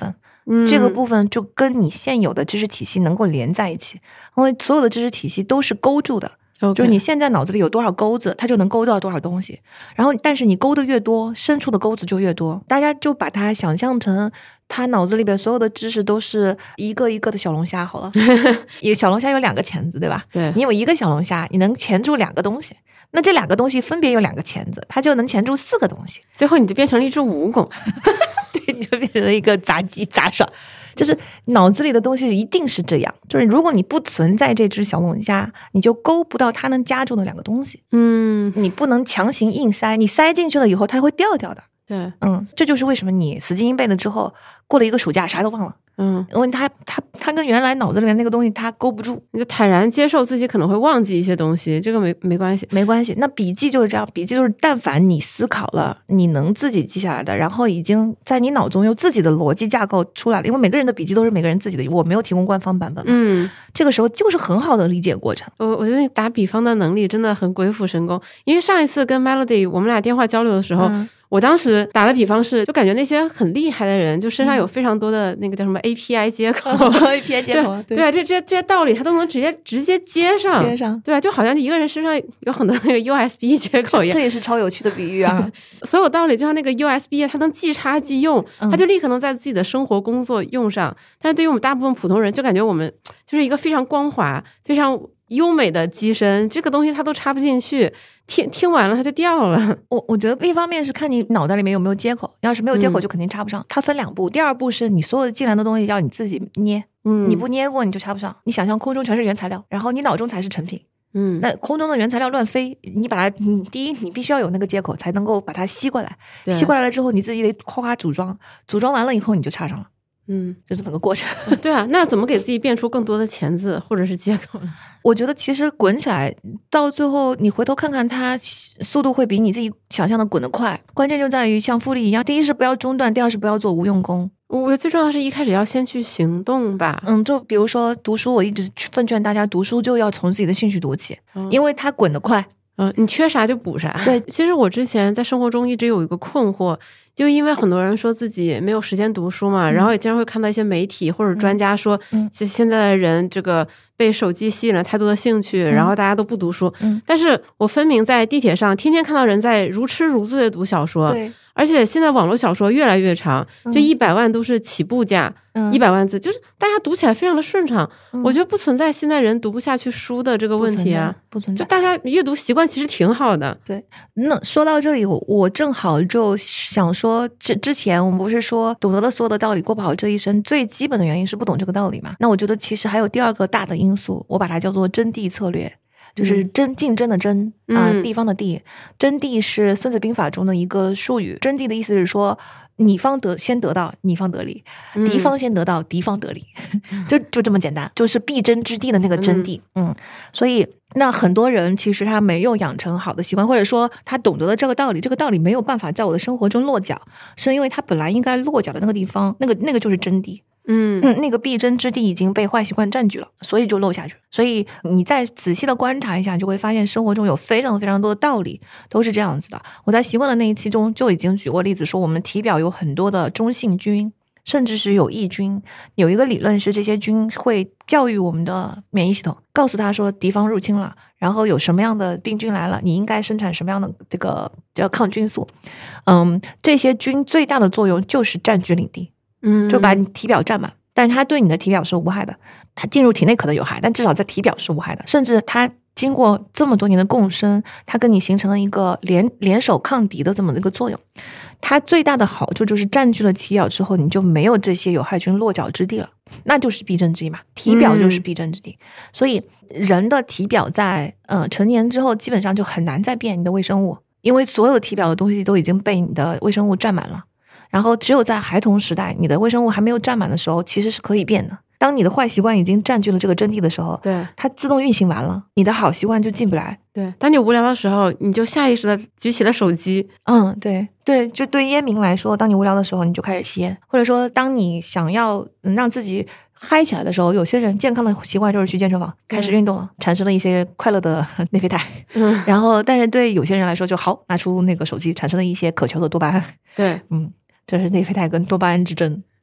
这个部分就跟你现有的知识体系能够连在一起，因为所有的知识体系都是勾住的。就是你现在脑子里有多少钩子，它就能勾到多少东西。然后，但是你勾的越多，伸出的钩子就越多。大家就把它想象成，他脑子里边所有的知识都是一个一个的小龙虾好了。一个小龙虾有2个钳子，对吧？ 对， 你有一个小龙虾，你能钳住2个东西。那这2个东西分别有2个钳子，它就能钳住4个东西。 最后你就变成了一只蜈蚣。 对，你就变成了一个杂技杂耍。就是脑子里的东西一定是这样，就是如果你不存在这只小龙虾，你就勾不到它能夹住的2个东西。你不能强行硬塞，你塞进去了以后它会掉的。 对， 这就是为什么你死记硬背了之后，过了一个暑假啥都忘了。因为他跟原来脑子里面那个东西他勾不住， 你就坦然接受自己可能会忘记一些东西，这个没关系， 没关系。那笔记就是这样，笔记就是但凡你思考了，你能自己记下来的，然后已经在你脑中有自己的逻辑架构出来了。因为每个人的笔记都是每个人自己的，我没有提供官方版本嘛。这个时候就是很好的理解过程。 我觉得你打比方的能力真的很鬼斧神工，因为上一次跟 Melody 我们俩电话交流的时候。我当时打的比方是，就感觉那些很厉害的人，就身上有非常多的那个叫什么 API 接口 ，API 接口， 对啊，这些道理他都能直接接上，对啊，就好像一个人身上有很多那个 USB 接口一样， 这也是超有趣的比喻啊！ 所有道理就像那个 USB， 它能即插即用，它就立刻能在自己的生活工作用上。但是对于我们大部分普通人，就感觉我们就是一个非常光滑、非常优美的机身，这个东西它都插不进去，听完了它就掉了。 我觉得一方面是看你脑袋里面有没有接口，要是没有接口就肯定插不上。它分2步，第2步是你所有的进来的东西要你自己捏，你不捏过你就插不上。你想象空中全是原材料，然后你脑中才是成品。那空中的原材料乱飞，你把它，第一你必须要有那个接口才能够把它吸过来，吸过来了之后你自己得夸夸组装完了以后你就插上了。就这么个过程。 对啊，那怎么给自己变出更多的钳子或者是接口呢？ 我觉得其实滚起来到最后你回头看看它速度会比你自己想象的滚得快，关键就在于像复利一样，第一是不要中断，第二是不要做无用功。 我最重要是一开始要先去行动吧。 就比如说读书，我一直奉劝大家读书就要从自己的兴趣读起，因为它滚得快。 你缺啥就补啥。 对， 其实我之前在生活中一直有一个困惑，就因为很多人说自己没有时间读书嘛，然后也经常会看到一些媒体或者专家说，现在的人这个被手机吸引了太多的兴趣，然后大家都不读书。但是我分明在地铁上天天看到人在如痴如醉的读小说。 对， 而且现在网络小说越来越长，就100万都是起步价，100万字，就是大家读起来非常的顺畅。我觉得不存在现在人读不下去书的这个问题啊， 不存在。 就大家阅读习惯其实挺好的。 对，那说到这里，我正好就想说，之前我们不是说懂得了所有的道理，过不好这一生，最基本的原因是不懂这个道理嘛？那我觉得其实还有第2个大的因素，我把它叫做征地策略。就是竞争的争地方的地，征地是孙子兵法中的一个术语。征地的意思是说，你方先得到，你方得利；敌方先得到，敌方得利，就这么简单，就是必争之地的那个征地。所以那很多人其实他没有养成好的习惯，或者说他懂得了这个道理，这个道理没有办法在我的生活中落脚，是因为他本来应该落脚的那个地方，那个就是征地。那个必争之地已经被坏习惯占据了，所以就漏下去。所以你再仔细的观察一下，就会发现生活中有非常非常多的道理都是这样子的。我在习惯的那一期中就已经举过例子，说我们体表有很多的中性菌，甚至是有益菌。有一个理论是这些菌会教育我们的免疫系统，告诉他说敌方入侵了，然后有什么样的病菌来了，你应该生产什么样的这个叫抗菌素。这些菌最大的作用就是占据领地。就把你体表占满，但是它对你的体表是无害的，它进入体内可能有害，但至少在体表是无害的，甚至它经过这么多年的共生，它跟你形成了一个联手抗敌的这么一个作用。它最大的好处就是占据了体表之后，你就没有这些有害菌落脚之地了，那就是必争之地嘛，体表就是必争之地。所以人的体表在成年之后基本上就很难再变你的微生物，因为所有的体表的东西都已经被你的微生物占满了。然后只有在孩童时代，你的微生物还没有占满的时候，其实是可以变的。当你的坏习惯已经占据了这个阵地的时候， 对， 它自动运行完了，你的好习惯就进不来。 对，当你无聊的时候，你就下意识的举起了手机。 对，就对烟民来说，当你无聊的时候，你就开始吸烟，或者说当你想要让自己嗨起来的时候，有些人健康的习惯就是去健身房开始运动了，产生了一些快乐的内啡肽。然后但是对有些人来说就好，拿出那个手机产生了一些渴求的多巴胺。 对， 这是内啡肽跟多巴胺之争。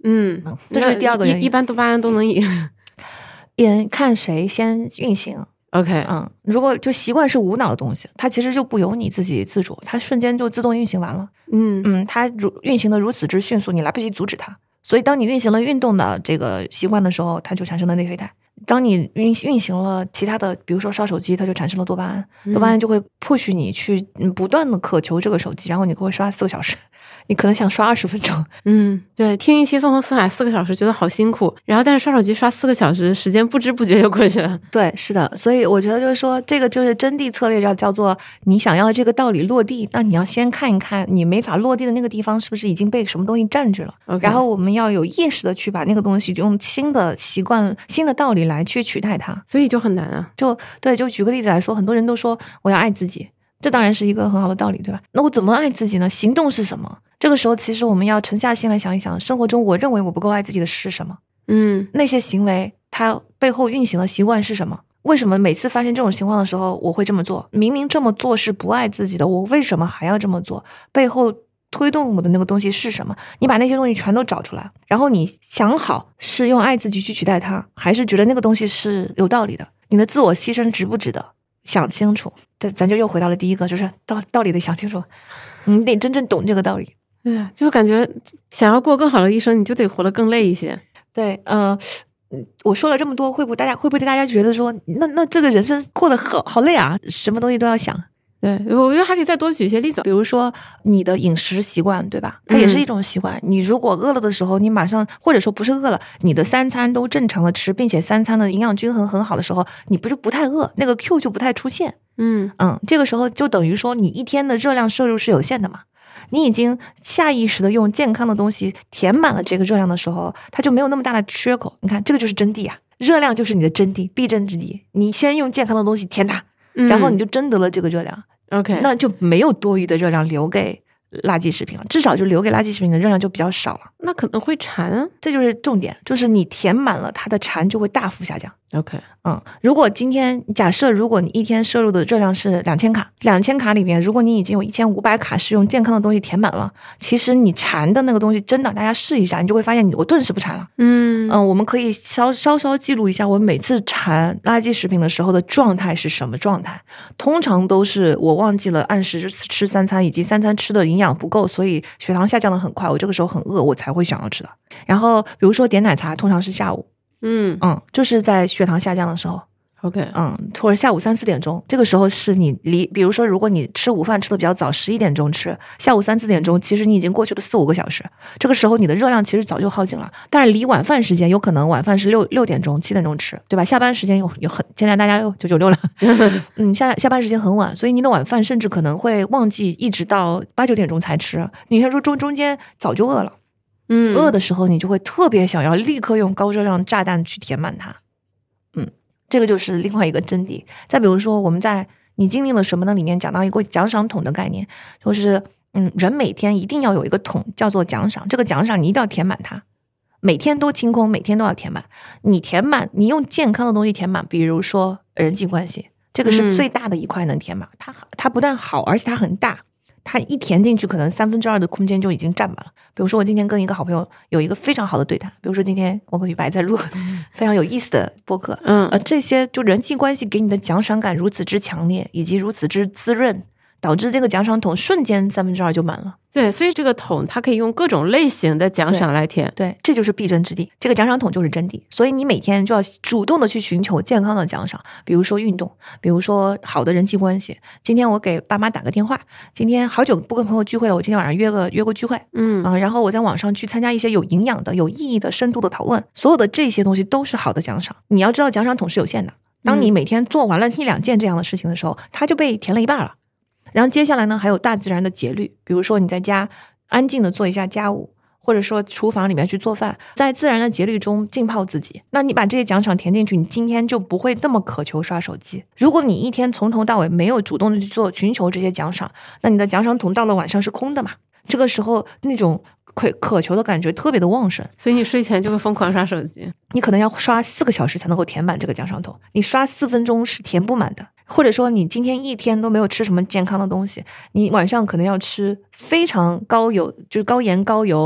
这是第二个原因。 一般多巴胺都能赢， 看谁先运行。 OK， 如果就习惯是无脑的东西，它其实就不由你自己自主，它瞬间就自动运行完了。它运行的如此之迅速，你来不及阻止它。所以当你运行了运动的这个习惯的时候，它就产生了内啡肽。当你运行了其他的，比如说刷手机，它就产生了多巴胺，多巴胺就会迫使你去不断的渴求这个手机，然后你会刷4个小时，你可能想刷20分钟。 对，听一期纵横四海4个小时觉得好辛苦，然后但是刷手机刷4个小时，时间不知不觉就过去了。 对，是的，所以我觉得就是说，这个就是真谛策略，叫做你想要这个道理落地，那你要先看一看你没法落地的那个地方是不是已经被什么东西占据了。然后我们要有意识的去把那个东西用新的习惯、新的道理来去取代它， 所以就很难啊。 就举个例子来说，很多人都说我要爱自己，这当然是一个很好的道理，对吧？那我怎么爱自己呢？行动是什么？这个时候其实我们要沉下心来想一想，生活中我认为我不够爱自己的是什么？那些行为它背后运行的习惯是什么？为什么每次发生这种情况的时候我会这么做？明明这么做是不爱自己的，我为什么还要这么做？背后推动我的那个东西是什么？你把那些东西全都找出来，然后你想好是用爱自己去取代它，还是觉得那个东西是有道理的？你的自我牺牲值不值得？想清楚。咱就又回到了第一个，就是道理得想清楚，你得真正懂这个道理。 对啊，就感觉想要过更好的一生，你就得活得更累一些。 对，我说了这么多，会不会大家觉得说，那这个人生过得好累啊，什么东西都要想。 对，我觉得还可以再多举一些例子， 比如说你的饮食习惯，对吧？它也是一种习惯。你如果饿了的时候，你马上，或者说不是饿了，你的3餐都正常的吃，并且3餐的营养均衡很好的时候，你就不太饿，那个 Q 就不太出现。这个时候就等于说你一天的热量摄入是有限的嘛。你已经下意识的用健康的东西填满了这个热量的时候，它就没有那么大的缺口。你看，这个就是真谛啊，热量就是你的真谛，必争之地。你先用健康的东西填它，然后你就争得了这个热量。 OK， 那就没有多余的热量留给垃圾食品了，至少就留给垃圾食品的热量就比较少了。 那可能会馋啊， 这就是重点，就是你填满了，它的馋就会大幅下降。 OK， 如果今天假设，如果你一天摄入的热量是2000卡，2000卡里面，如果你已经有1500卡是用健康的东西填满了，其实你馋的那个东西真的，大家试一下，你就会发现我顿时不馋了。我们可以稍记录一下我每次馋垃圾食品的时候的状态是什么状态。通常都是我忘记了按时吃3餐，以及3餐吃的营养不够，所以血糖下降的很快，我这个时候很饿，我才会想要吃的。然后比如说点奶茶，通常是下午。就是在血糖下降的时候。 OK， 或者下午3、4点钟，这个时候是你比如说，如果你吃午饭吃的比较早，11点钟吃，下午3、4点钟，其实你已经过去了4、5个小时，这个时候你的热量其实早就耗尽了。但是离晚饭时间，有可能晚饭是6点钟、7点钟吃，对吧？下班时间现在大家又996了，下班时间很晚，所以你的晚饭甚至可能会忘记，一直到8、9点钟才吃。你看说中间早就饿了。饿的时候你就会特别想要立刻用高热量炸弹去填满它。这个就是另外一个真谛。再比如说我们在你经历了什么呢里面讲到一个奖赏桶的概念，就是人每天一定要有一个桶叫做奖赏，这个奖赏你一定要填满它，每天都清空，每天都要填满。你用健康的东西填满，比如说人际关系，这个是最大的一块能填满。它不但好，而且它很大，它一填进去可能2/3的空间就已经占满了。比如说我今天跟一个好朋友有一个非常好的对谈，比如说今天我和宇白在录非常有意思的播客，这些就人际关系给你的奖赏感如此之强烈，以及如此之滋润，导致这个奖赏桶瞬间2/3就满了。 对，所以这个桶它可以用各种类型的奖赏来填。 对，这就是必争之地，这个奖赏桶就是真谛。所以你每天就要主动的去寻求健康的奖赏，比如说运动，比如说好的人际关系。今天我给爸妈打个电话，今天好久不跟朋友聚会了，我今天晚上约个聚会，然后我在网上去参加一些有营养的、有意义的、深度的讨论。所有的这些东西都是好的奖赏。你要知道奖赏桶是有限的，当你每天做完了1、2件这样的事情的时候，它就被填了一半了。然后接下来呢，还有大自然的节律，比如说你在家安静的做一下家务，或者说厨房里面去做饭，在自然的节律中浸泡自己。那你把这些奖赏填进去，你今天就不会那么渴求刷手机。如果你一天从头到尾没有主动的去寻求这些奖赏，那你的奖赏桶到了晚上是空的嘛？这个时候那种渴求的感觉特别的旺盛， 所以你睡前就会疯狂刷手机。 你可能要刷4个小时才能够填满这个奖赏桶，你刷4分钟是填不满的。或者说你今天一天都没有吃什么健康的东西，你晚上可能要吃非常高油，就是高盐高油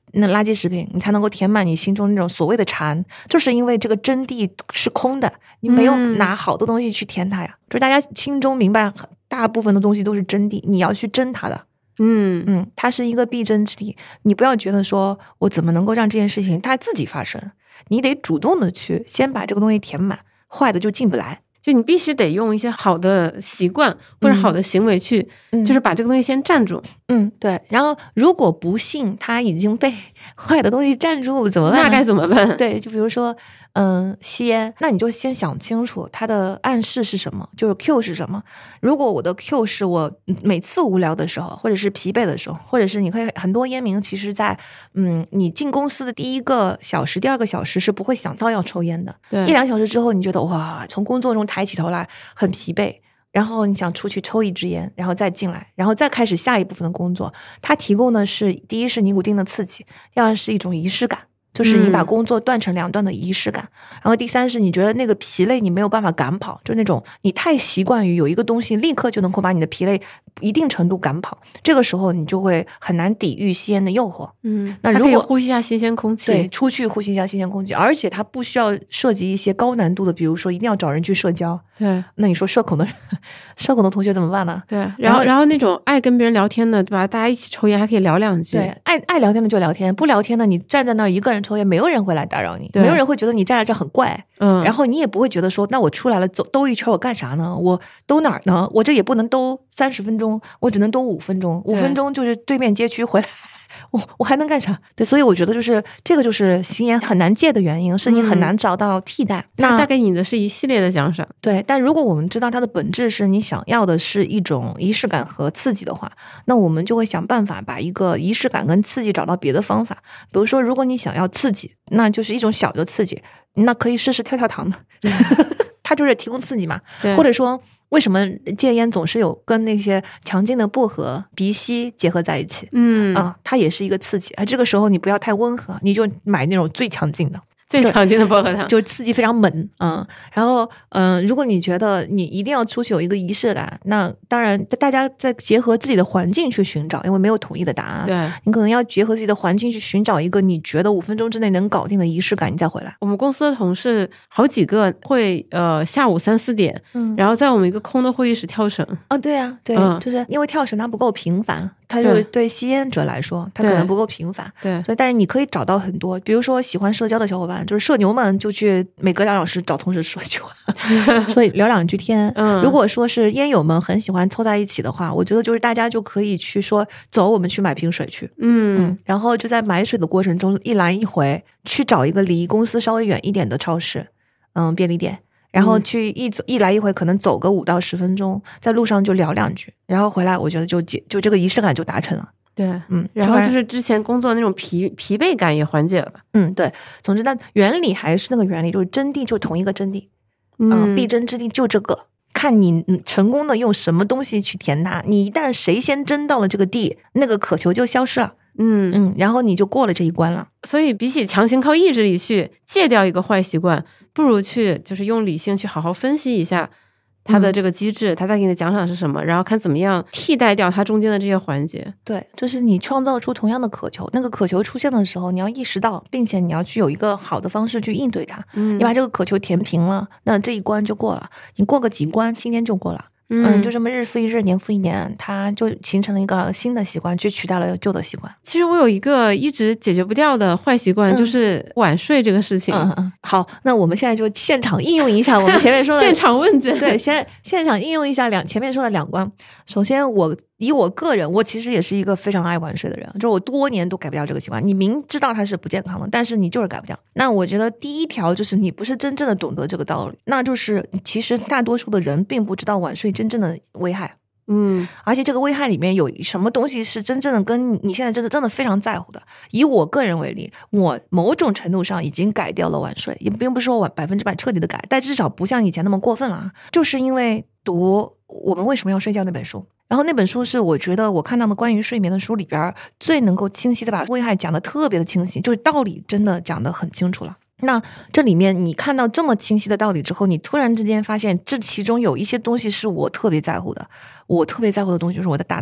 那垃圾食品，你才能够填满你心中那种所谓的馋，就是因为这个真谛是空的，你没有拿好的东西去填它呀。就是大家心中明白，大部分的东西都是真谛，你要去争它的。它是一个必争之地。你不要觉得说我怎么能够让这件事情它自己发生，你得主动的去先把这个东西填满，坏的就进不来。 就你必须得用一些好的习惯或者好的行为去，就是把这个东西先占住。 对。然后如果不幸它已经被坏的东西占住了，怎么办呢？ 那该怎么办？ 对，就比如说吸烟，那你就先想清楚它的暗示是什么，就是 Q 是什么。如果我的 Q 是我每次无聊的时候，或者是疲惫的时候，或者是你可以很多烟民其实在你进公司的第1个小时、第2个小时是不会想到要抽烟的。 对 ，1-2小时之后，你觉得哇，从工作中抬起头来很疲惫，然后你想出去抽一支烟，然后再进来，然后再开始下一部分的工作。它提供的是第一是尼古丁的刺激，第二是一种仪式感，就是你把工作断成2段的仪式感。然后第三是你觉得那个疲累你没有办法赶跑，就那种你太习惯于有一个东西立刻就能够把你的疲累一定程度赶跑，这个时候你就会很难抵御吸烟的诱惑。那如果呼吸一下新鲜空气， 对，出去呼吸一下新鲜空气，而且它不需要涉及一些高难度的，比如说一定要找人去社交。 对， 那你说社恐的同学怎么办呢？ 对，然后那种爱跟别人聊天的，对吧？大家一起抽烟还可以聊2句。 对，爱聊天的就聊天，不聊天的你站在那儿一个人抽烟，没有人会来打扰你，没有人会觉得你站在这很怪。然后你也不会觉得说，那我出来了兜一圈我干啥呢？我兜哪儿呢？我这也不能兜30分钟，我只能兜5分钟，5分钟就是对面街区回来。我还能干啥？对，所以我觉得就是这个就是吸烟很难戒的原因，是你很难找到替代。 那带给你的是一系列的奖赏。 对，但如果我们知道它的本质是你想要的是一种仪式感和刺激的话，那我们就会想办法把一个仪式感跟刺激找到别的方法。比如说，如果你想要刺激，那就是一种小的刺激，那可以试试跳跳糖的。它就是提供刺激嘛。或者说为什么戒烟总是有跟那些强劲的薄荷鼻息结合在一起？它也是一个刺激。这个时候你不要太温和，你就买那种最强劲的。 最强劲的薄荷糖， 就是刺激非常猛。然后如果你觉得你一定要出去有一个仪式感，那当然大家在结合自己的环境去寻找，因为没有统一的答案。 对， 你可能要结合自己的环境去寻找一个你觉得5分钟之内能搞定的仪式感，你再回来。 我们公司的同事好几个会下午3、4点，然后在我们一个空的会议室跳绳。 对啊，对，就是因为跳绳它不够频繁，它就是对吸烟者来说它可能不够频繁。 对， 所以但是你可以找到很多，比如说喜欢社交的小伙伴，就是社牛们就去每隔2小时找同事说一句话，所以聊2句天。如果说是烟友们很喜欢凑在一起的话，我觉得就是大家就可以去说走，我们去买瓶水去。然后就在买水的过程中一来一回去找一个离公司稍微远一点的超市，便利店，然后去一来一回可能走个5到10分钟，在路上就聊2句，然后回来我觉得就这个仪式感就达成了。 对，然后就是之前工作的那种疲惫感也缓解了。 对，总之它原理还是那个原理，就是真谛就同一个真谛。必争之地就这个，看你成功的用什么东西去填它。你一旦谁先争到了这个地，那个渴求就消失了。然后你就过了这一关了。 所以比起强行靠意志力去戒掉一个坏习惯，不如去就是用理性去好好分析一下它的这个机制，它带给你的奖赏是什么，然后看怎么样替代掉它中间的这些环节。 对，就是你创造出同样的渴求，那个渴求出现的时候，你要意识到，并且你要去有一个好的方式去应对它。你把这个渴求填平了，那这一关就过了。你过个几关，今天就过了。就这么日复一日，年复一年，它就形成了一个新的习惯，去取代了旧的习惯。 其实我有一个一直解决不掉的坏习惯，就是晚睡这个事情。 好，那我们现在就现场应用一下我们前面说的现场问诊。 对，现场应用一下前面说的2关。首先，以我个人，我其实也是一个非常爱晚睡的人，就是我多年都改不掉这个习惯。你明知道它是不健康的，但是你就是改不掉。那我觉得第一条就是你不是真正的懂得这个道理，那就是其实大多数的人并不知道晚睡真正的危害。而且这个危害里面有什么东西是真正的跟你现在这个真的非常在乎的。以我个人为例，我某种程度上已经改掉了晚睡，也并不是说我100%彻底的改，但至少不像以前那么过分了。就是因为读我们为什么要睡觉那本书，然后那本书是我觉得我看到的关于睡眠的书里边最能够清晰的把危害讲得特别的清晰，就是道理真的讲得很清楚了。那这里面你看到这么清晰的道理之后，你突然之间发现这其中有一些东西是我特别在乎的。我特别在乎的东西就是我的大脑。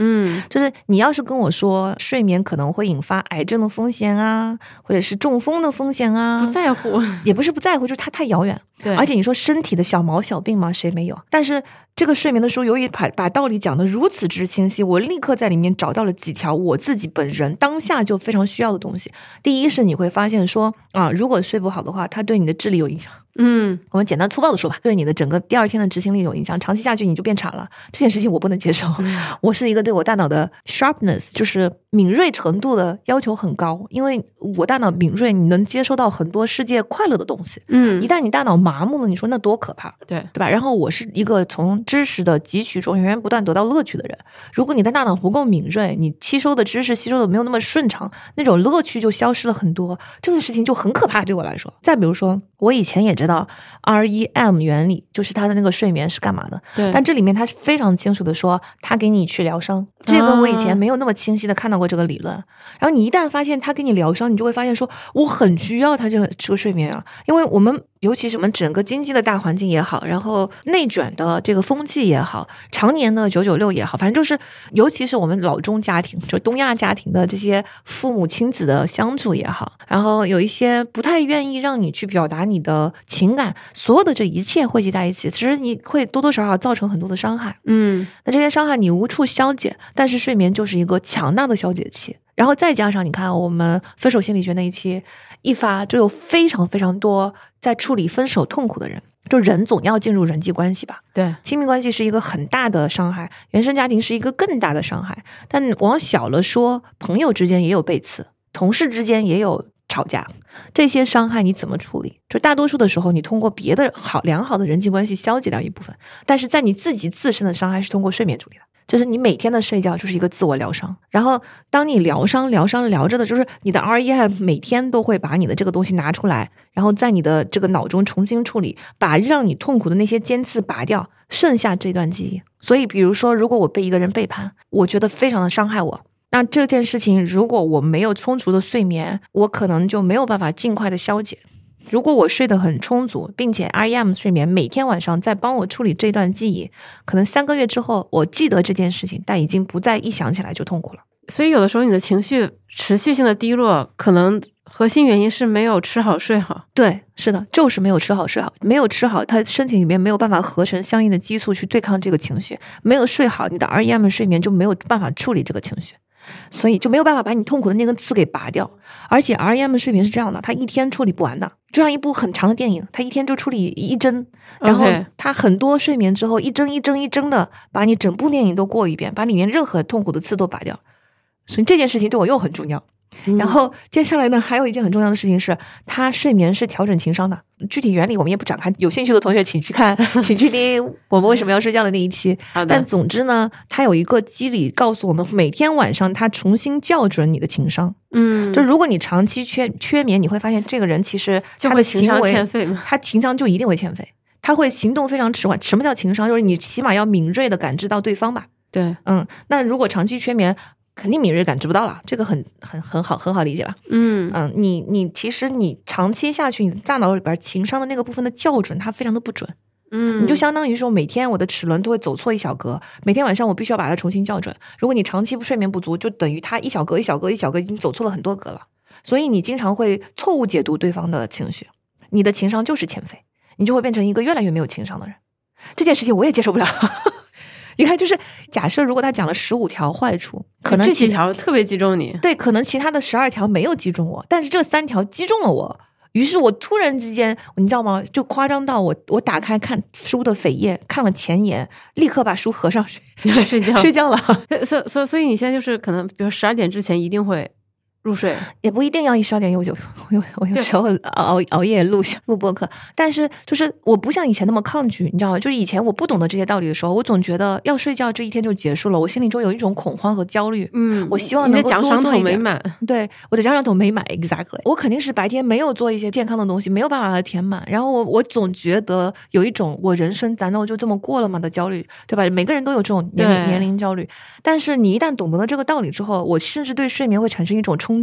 就是你要是跟我说睡眠可能会引发癌症的风险啊，或者是中风的风险啊， 不在乎， 也不是不在乎，就是它太遥远。 对， 而且你说身体的小毛小病吗？谁没有？但是这个睡眠的书由于把道理讲得如此之清晰，我立刻在里面找到了几条我自己本人当下就非常需要的东西。第一是你会发现说如果睡不好的话，它对你的智力有影响。我们简单粗暴的说吧，对你的整个第二天的执行力有影响，长期下去你就变傻了。这件事情我不能接受。我是一个对我大脑的 sharpness， 就是敏锐程度的要求很高，因为我大脑敏锐，你能接收到很多世界快乐的东西。一旦你大脑麻木了，你说那多可怕， 对吧？然后我是一个从知识的汲取中源源不断得到乐趣的人。如果你的大脑不够敏锐，你吸收的知识吸收的没有那么顺畅，那种乐趣就消失了很多。这个事情就很可怕，对我来说。再比如说，我以前也知道 REM 原理，就是它的那个睡眠是干嘛的。 对， 但这里面它非常清楚的说，它给你去疗伤。这个我以前没有那么清晰的看到过这个理论。然后你一旦发现它给你疗伤，你就会发现说，我很需要它这个睡眠啊，因为我们尤其是我们整个经济的大环境也好，然后内卷的这个风气也好，常年的996也好，反正就是尤其是我们老中家庭，就东亚家庭的这些父母亲子的相处也好，然后有一些不太愿意让你去表达你的情感，所有的这一切汇集在一起，其实你会多多少少造成很多的伤害。那这些伤害你无处消解，但是睡眠就是一个强大的消解器。然后再加上你看我们分手心理学那一期一发，就有非常非常多在处理分手痛苦的人。就人总要进入人际关系吧， 对， 亲密关系是一个很大的伤害，原生家庭是一个更大的伤害。但往小了说，朋友之间也有背刺，同事之间也有吵架，这些伤害你怎么处理？就大多数的时候，你通过别的良好的人际关系消解掉一部分，但是在你自己自身的伤害是通过睡眠处理的。就是你每天的睡觉就是一个自我疗伤，然后当你疗伤聊着的，就是你的 REM 每天都会把你的这个东西拿出来，然后在你的这个脑中重新处理，把让你痛苦的那些尖刺拔掉，剩下这段记忆。所以比如说，如果我被一个人背叛，我觉得非常的伤害我，那这件事情如果我没有充足的睡眠，我可能就没有办法尽快的消解。如果我睡得很充足，并且 REM 睡眠每天晚上在帮我处理这段记忆，可能3个月之后我记得这件事情，但已经不再一想起来就痛苦了。 所以有的时候你的情绪持续性的低落，可能核心原因是没有吃好睡好。 对，是的，就是没有吃好睡好，没有吃好，他身体里面没有办法合成相应的激素去对抗这个情绪，没有睡好，你的 REM 睡眠就没有办法处理这个情绪，所以就没有办法把你痛苦的那根刺给拔掉。而且 REM 睡眠是这样的，它一天处理不完的，就像一部很长的电影，它一天就处理一帧，然后它很多睡眠之后一帧的把你整部电影都过一遍，把里面任何痛苦的刺都拔掉。所以这件事情对我又很重要。然后接下来呢，还有一件很重要的事情是，它睡眠是调整情商的。具体原理我们也不展开，有兴趣的同学请去听我们为什么要睡觉的那一期。但总之呢，它有一个机理告诉我们，每天晚上它重新校准你的情商。就如果你长期缺眠，你会发现这个人其实他的行为欠费嘛， 他情商就一定会欠费，他会行动非常迟缓。什么叫情商？就是你起码要敏锐的感知到对方吧。 对， 那如果长期缺眠，肯定敏锐感知不到了，这个很好理解吧？你其实你长期下去，你的大脑里边情商的那个部分的校准，它非常的不准。你就相当于说，每天我的齿轮都会走错一小格，每天晚上我必须要把它重新校准。如果你长期睡眠不足，就等于它一小格已经走错了很多格了。所以你经常会错误解读对方的情绪，你的情商就是欠费，你就会变成一个越来越没有情商的人。这件事情我也接受不了。你看，就是假设如果他讲了15条坏处，可能这几条特别击中你， 对，可能其他的12条没有击中我，但是这3条击中了我。于是我突然之间，你知道吗？就夸张到我打开看书的扉页，看了前言，立刻把书合上睡觉了。 所以你现在就是可能，比如12点之前一定会入睡， 也不一定要12点，我有时候熬夜录播客，但是就是我不像以前那么抗拒，你知道吗？就是以前我不懂得这些道理的时候，我总觉得要睡觉这一天就结束了，我心里中有一种恐慌和焦虑。我希望能够多做一点， 你的奖赏桶没满。 对，我的奖赏桶没满 ，exactly。我肯定是白天没有做一些健康的东西，没有办法把它填满，然后我总觉得有一种我人生难道就这么过了吗的焦虑，对吧？每个人都有这种年龄焦虑，但是你一旦懂得了这个道理之后，我甚至对睡眠会产生一种憧憬。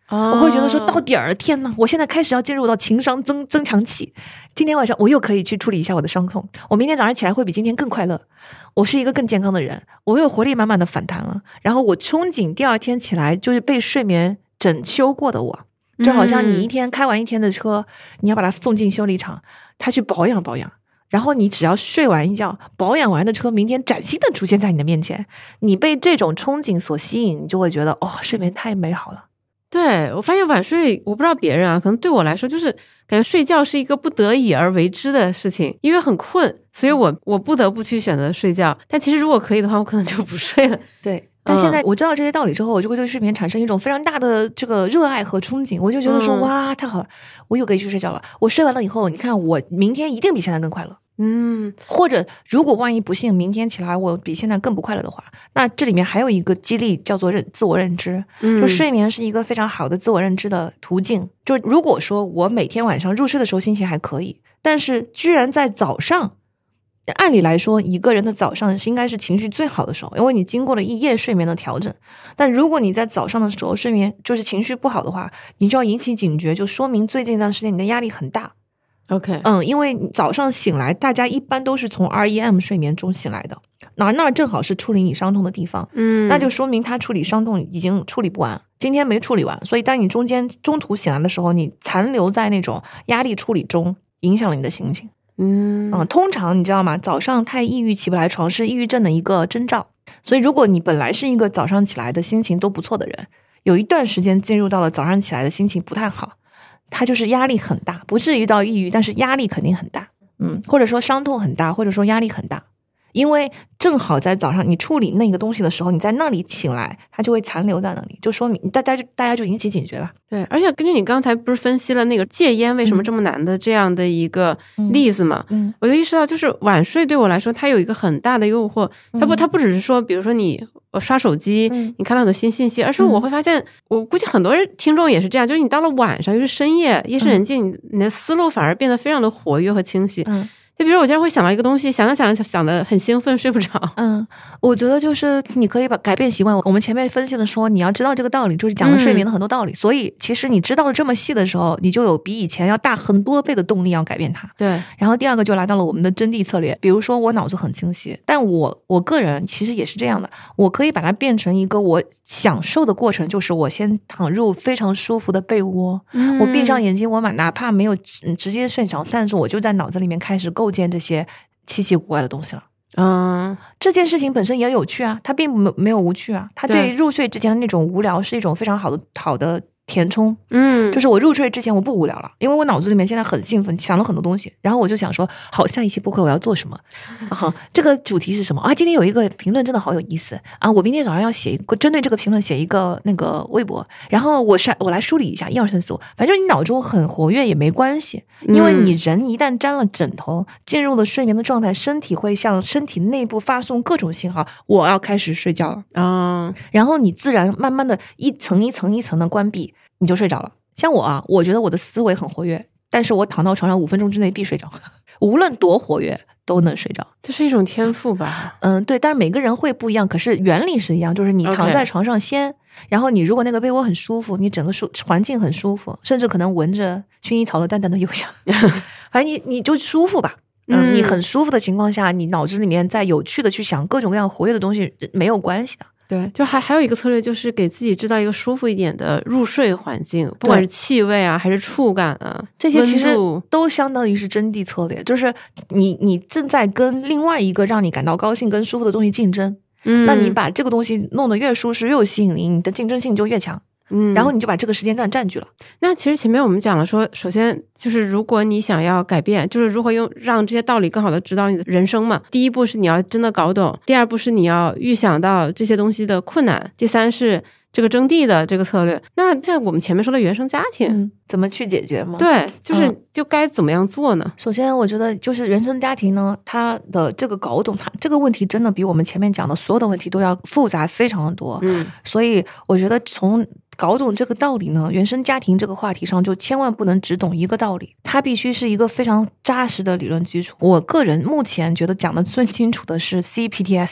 我会觉得说到底儿，天哪！我现在开始要进入到情商增强期。今天晚上我又可以去处理一下我的伤痛，我明天早上起来会比今天更快乐。我是一个更健康的人，我有活力满满的反弹了。然后我憧憬第二天起来就是被睡眠整修过的我，就好像你一天开完一天的车，你要把它送进修理厂，它去保养保养。然后你只要睡完一觉，保养完的车明天崭新的出现在你的面前，你被这种憧憬所吸引，你就会觉得睡眠太美好了。 对，我发现晚睡，我不知道别人啊，可能对我来说就是感觉睡觉是一个不得已而为之的事情，因为很困，所以我不得不去选择睡觉。但其实如果可以的话，我可能就不睡了。 对，但现在我知道这些道理之后，我就会对睡眠产生一种非常大的这个热爱和憧憬。我就觉得说，哇，太好了，我又可以去睡觉了。我睡完了以后，你看我明天一定比现在更快乐。或者如果万一不幸明天起来我比现在更不快乐的话，那这里面还有一个激励叫做自我认知。就睡眠是一个非常好的自我认知的途径。就如果说我每天晚上入睡的时候心情还可以，但是居然在早上，按理来说一个人的早上应该是情绪最好的时候，因为你经过了一夜睡眠的调整。但如果你在早上的时候睡眠就是情绪不好的话，你就要引起警觉，就说明最近一段时间你的压力很大。 OK， 因为早上醒来，大家一般都是从 REM 睡眠中醒来的，那正好是处理你伤痛的地方，那就说明他处理伤痛已经处理不完，今天没处理完，所以当你中途醒来的时候，你残留在那种压力处理中，影响了你的心情。通常你知道吗？早上太抑郁起不来床是抑郁症的一个征兆，所以如果你本来是一个早上起来的心情都不错的人，有一段时间进入到了早上起来的心情不太好，他就是压力很大，不至于到抑郁，但是压力肯定很大。或者说伤痛很大，或者说压力很大，因为正好在早上你处理那个东西的时候，你在那里醒来，它就会残留在那里，就说明大家就引起警觉了。 对，而且根据你刚才不是分析了那个戒烟为什么这么难的这样的一个例子嘛，我就意识到就是晚睡对我来说它有一个很大的诱惑，它不只是说比如说你刷手机，你看到很多新信息，而是我会发现，我估计很多人听众也是这样，就是你到了晚上，就是深夜，夜深人静，你的思路反而变得非常的活跃和清晰。就比如我经常会想到一个东西，想的很兴奋，睡不着。 我觉得就是你可以改变习惯。我们前面分析的说，你要知道这个道理，就是讲了睡眠的很多道理。所以其实你知道了这么细的时候，你就有比以前要大很多倍的动力要改变它。 对。 然后第二个就来到了我们的真谛策略，比如说我脑子很清晰，但我个人其实也是这样的，我可以把它变成一个我享受的过程，就是我先躺入非常舒服的被窝，我闭上眼睛，我哪怕没有直接睡着，但是我就在脑子里面开始构建这些稀奇古怪的东西了。这件事情本身也有趣啊，它并没有无趣啊，它对入睡之前的那种无聊是一种非常好的填充。就是我入睡之前我不无聊了，因为我脑子里面现在很兴奋，想了很多东西，然后我就想说，好，下一期播客我要做什么？这个主题是什么啊？今天有一个评论真的好有意思啊！我明天早上要写一个针对这个评论写一个那个微博，然后我来梳理一下1、2、3、4、5，反正你脑中很活跃也没关系，因为你人一旦沾了枕头，进入了睡眠的状态，身体会向身体内部发送各种信号，我要开始睡觉了然后你自然慢慢的一层一层一层的关闭，你就睡着了。像我觉得我的思维很活跃，但是我躺到床上5分钟之内必睡着，无论多活跃都能睡着。 这是一种天赋吧？ 对，但是每个人会不一样，可是原理是一样，就是你躺在床上先，然后你如果那个被窝很舒服，你整个环境很舒服，甚至可能闻着薰衣草的淡淡的幽香，反正你就舒服吧。你很舒服的情况下，你脑子里面再有趣的去想各种各样活跃的东西没有关系的。 对，就还有一个策略，就是给自己制造一个舒服一点的入睡环境，不管是气味啊，还是触感啊， 这些其实都相当于是真谛策略，就是你正在跟另外一个让你感到高兴跟舒服的东西竞争，那你把这个东西弄得越舒适越有吸引力，你的竞争性就越强。然后你就把这个时间段占据了。 那其实前面我们讲了说，首先就是如果你想要改变，就是如何让这些道理更好的指导你的人生嘛。第一步是你要真的搞懂，第二步是你要预想到这些东西的困难，第三是这个征地的这个策略。那像我们前面说的原生家庭， 怎么去解决吗？ 对，就该怎么样做呢？ 首先我觉得就是原生家庭呢，它的这个搞懂，它这个问题真的比我们前面讲的所有的问题都要复杂非常的多。所以我觉得从搞懂这个道理呢，原生家庭这个话题上就千万不能只懂一个道理，它必须是一个非常扎实的理论基础。我个人目前觉得讲的最清楚的是 CPTSD，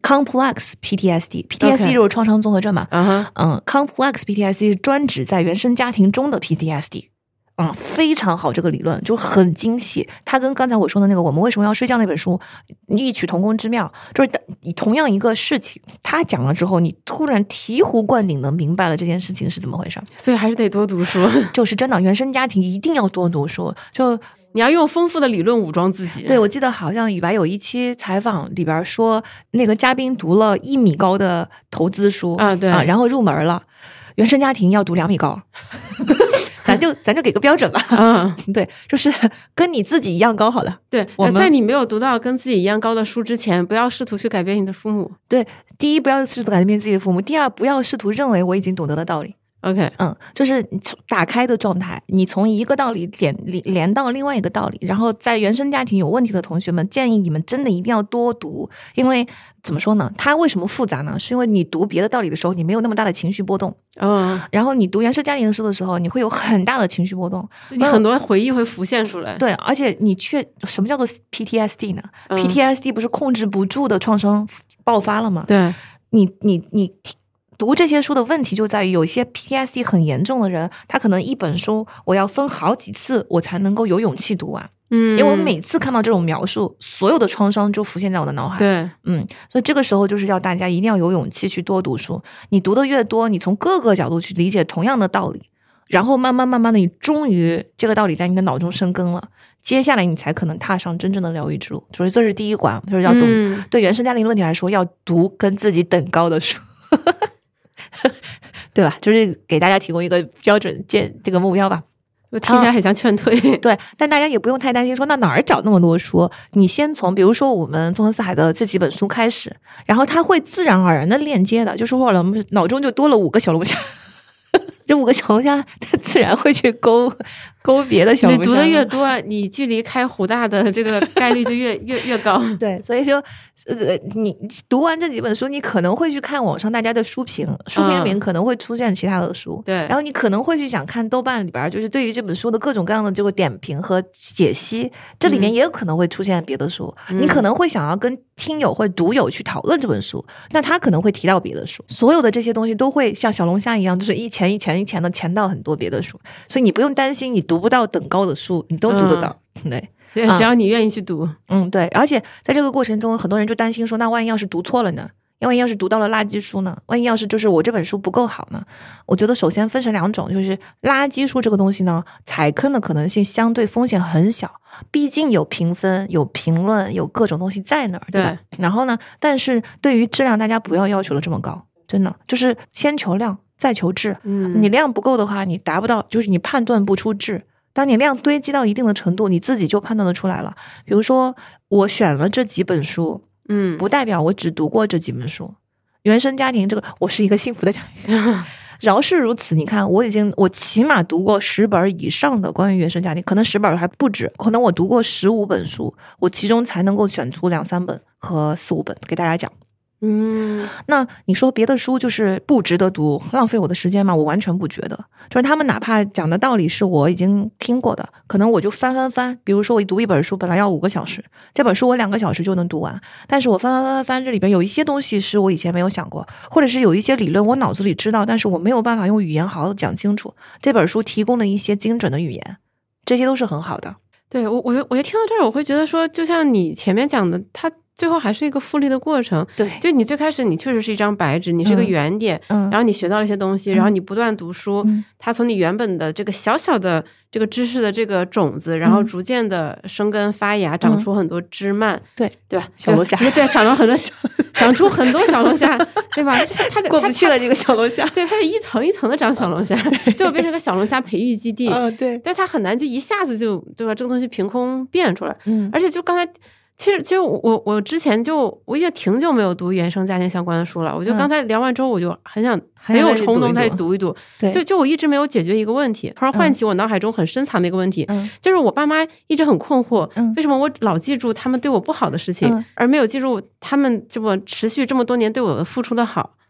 complex PTSD 就是创伤综合症嘛。complex PTSD 是专指在原生家庭中的 PTSD。非常好，这个理论就很精细。它跟刚才我说的那个我们为什么要睡觉那本书异曲同工之妙，就是同样一个事情，他讲了之后，你突然醍醐灌顶的明白了这件事情是怎么回事。 所以还是得多读书， 就是真的，原生家庭一定要多读书，就你要用丰富的理论武装自己。 对，我记得好像宇白有一期采访里边说，那个嘉宾读了1米高的投资书对然后入门了，原生家庭要读2米高。咱就给个标准吧。对，就是跟你自己一样高好了。 对，在你没有读到跟自己一样高的书之前，不要试图去改变你的父母。 对，第一不要试图改变自己的父母，第二不要试图认为我已经懂得了道理。 OK， 就是打开的状态，你从一个道理连到另外一个道理，然后在原生家庭有问题的同学们，建议你们真的一定要多读，因为怎么说呢？它为什么复杂呢？是因为你读别的道理的时候，你没有那么大的情绪波动，然后你读原生家庭的书的时候，你会有很大的情绪波动， 你很多回忆会浮现出来。 对，而且什么叫做 PTSD 呢？PTSD 不是控制不住的创伤爆发了吗？ 对， 你读这些书的问题就在于，有些 PTSD 很严重的人，他可能一本书我要分好几次，我才能够有勇气读完。因为我每次看到这种描述，所有的创伤就浮现在我的脑海。 对， 所以这个时候就是要大家一定要有勇气去多读书。你读的越多，你从各个角度去理解同样的道理，然后慢慢的，你终于这个道理在你的脑中生根了。接下来你才可能踏上真正的疗愈之路。所以这是第一关，就是要读。对原生家庭问题来说，要读跟自己等高的书。对吧？就是给大家提供一个标准这个目标吧。 我听起来很像劝退。 对，但大家也不用太担心说那哪儿找那么多书。你先从比如说我们纵横四海的这几本书开始，然后它会自然而然的链接的，就是我们脑中就多了5个小龙虾。这5个小龙虾，它自然会去勾别的小龙虾。 你读的越多，你距离开湖大的这个概率就越高。 对，所以说，你读完这几本书，你可能会去看网上大家的书评，书评里面可能会出现其他的书。 对， 然后你可能会去想看豆瓣里边就是对于这本书的各种各样的这个点评和解析，这里面也有可能会出现别的书。你可能会想要跟听友或读友去讨论这本书，那他可能会提到别的书。所有的这些东西都会像小龙虾一样，就是一钱的钱到很多别的书，所以你不用担心你读不到等高的书，你都读得到。对， 只要你愿意去读。 对，而且在这个过程中，很多人就担心说，那万一要是读错了呢？万一要是读到了垃圾书呢？万一要是就是我这本书不够好呢？我觉得首先分成2种，就是垃圾书这个东西呢，踩坑的可能性相对风险很小，毕竟有评分、有评论、有各种东西在那儿，对吧？然后呢，但是对于质量，大家不要要求的这么高，真的就是先求量再求质。你量不够的话，你达不到，就是你判断不出质。当你量堆积到一定的程度，你自己就判断得出来了。比如说，我选了这几本书，不代表我只读过这几本书。原生家庭这个，我是一个幸福的家庭。饶是如此，你看，我起码读过10本以上的关于原生家庭，可能10本还不止，可能我读过15本书，我其中才能够选出2-3本和4-5本给大家讲。那你说别的书就是不值得读，浪费我的时间吗？我完全不觉得。就是他们哪怕讲的道理是我已经听过的，可能我就翻。比如说我读一本书本来要5个小时，这本书我2个小时就能读完，但是我翻，这里边有一些东西是我以前没有想过，或者是有一些理论我脑子里知道，但是我没有办法用语言好好的讲清楚。这本书提供了一些精准的语言，这些都是很好的。 对，我就听到这儿，我会觉得说，就像你前面讲的，它最后还是一个复利的过程。 对， 就你最开始你确实是一张白纸，你是个原点，然后你学到了一些东西，然后你不断读书，它从你原本的这个小小的这个知识的这个种子，然后逐渐的生根发芽，长出很多枝蔓，对吧？ 小龙虾， 对，长出很多小龙虾，对吧？它过不去了这个小龙虾， 对，它是一层一层的长小龙虾，最后变成个小龙虾培育基地。 对， 但它很难就一下子就对吧？这个东西凭空变出来，而且就刚才。其实我之前我已经挺久没有读原生家庭相关的书了，我就刚才聊完之后，我就很有冲动再读一读。就我一直没有解决一个问题，突然唤起我脑海中很深藏的一个问题，就是我爸妈一直很困惑，为什么我老记住他们对我不好的事情，而没有记住他们这么持续这么多年对我的付出的好。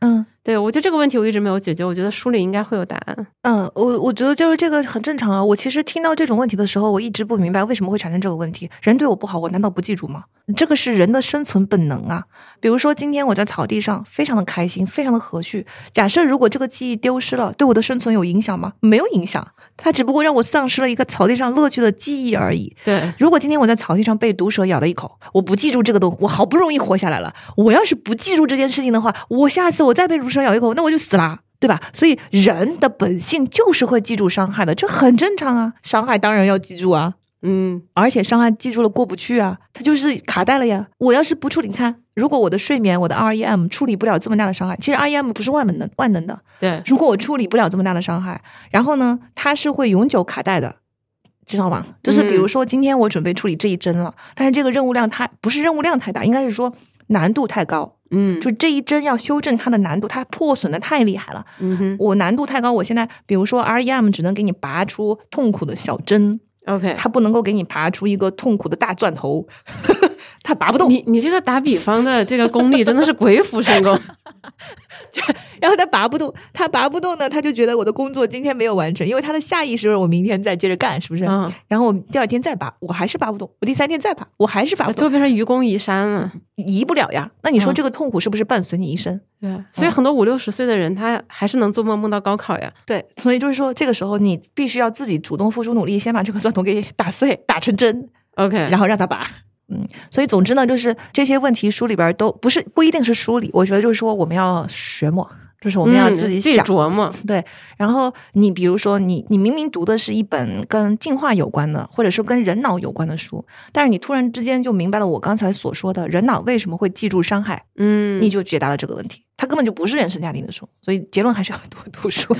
对，我觉得这个问题我一直没有解决，我觉得书里应该会有答案。 我觉得就是这个很正常啊。我其实听到这种问题的时候，我一直不明白为什么会产生这个问题。人对我不好，我难道不记住吗？这个是人的生存本能啊。比如说今天我在草地上非常的开心，非常的和煦，假设如果这个记忆丢失了，对我的生存有影响吗？没有影响，它只不过让我丧失了一个草地上乐趣的记忆而已。 对， 如果今天我在草地上被毒蛇咬了一口，我不记住这个东西，我好不容易活下来了，我要是不记住这件事情的话，我下次我再被毒蛇咬一口，那我就死啦，对吧？所以人的本性就是会记住伤害的，这很正常啊。伤害当然要记住啊，而且伤害记住了过不去啊，它就是卡带了呀。我要是不处理，你看，如果我的睡眠，我的 REM 处理不了这么大的伤害，其实 REM 不是万能的， 对。 如果我处理不了这么大的伤害，然后呢，它是会永久卡带的。知道吗？就是比如说今天我准备处理这一针了，但是这个任务量它不是任务量太大，应该是说难度太高。就这一针要修正它的难度，它破损的太厉害了。我难度太高，我现在比如说 REM 只能给你拔出痛苦的小针 ，OK， 它不能够给你拔出一个痛苦的大钻头，它拔不动。 你这个打比方的这个功力真的是鬼斧神工。 然后他拔不动呢，他就觉得我的工作今天没有完成，因为他的下意识我明天再接着干，是不是？然后我第二天再拔，我还是拔不动，我第三天再拔，我还是拔不动， 最后变成愚公移山了， 移不了呀。那你说这个痛苦是不是伴随你一生？ 对，所以很多50-60岁的人，他还是能做梦到高考呀。 对，所以就是说，这个时候你必须要自己主动付出努力，先把这个钻头给打碎，打成针 ，OK， 然后让他拔。所以总之呢，就是这些问题书里边都不一定是书里，我觉得就是说我们要学摸，就是我们要自己想、 琢磨。 对，然后你比如说你明明读的是一本跟进化有关的，或者是跟人脑有关的书，但是你突然之间就明白了我刚才所说的人脑为什么会记住伤害，你就解答了这个问题。它根本就不是原生家庭的书，所以结论还是要多读书。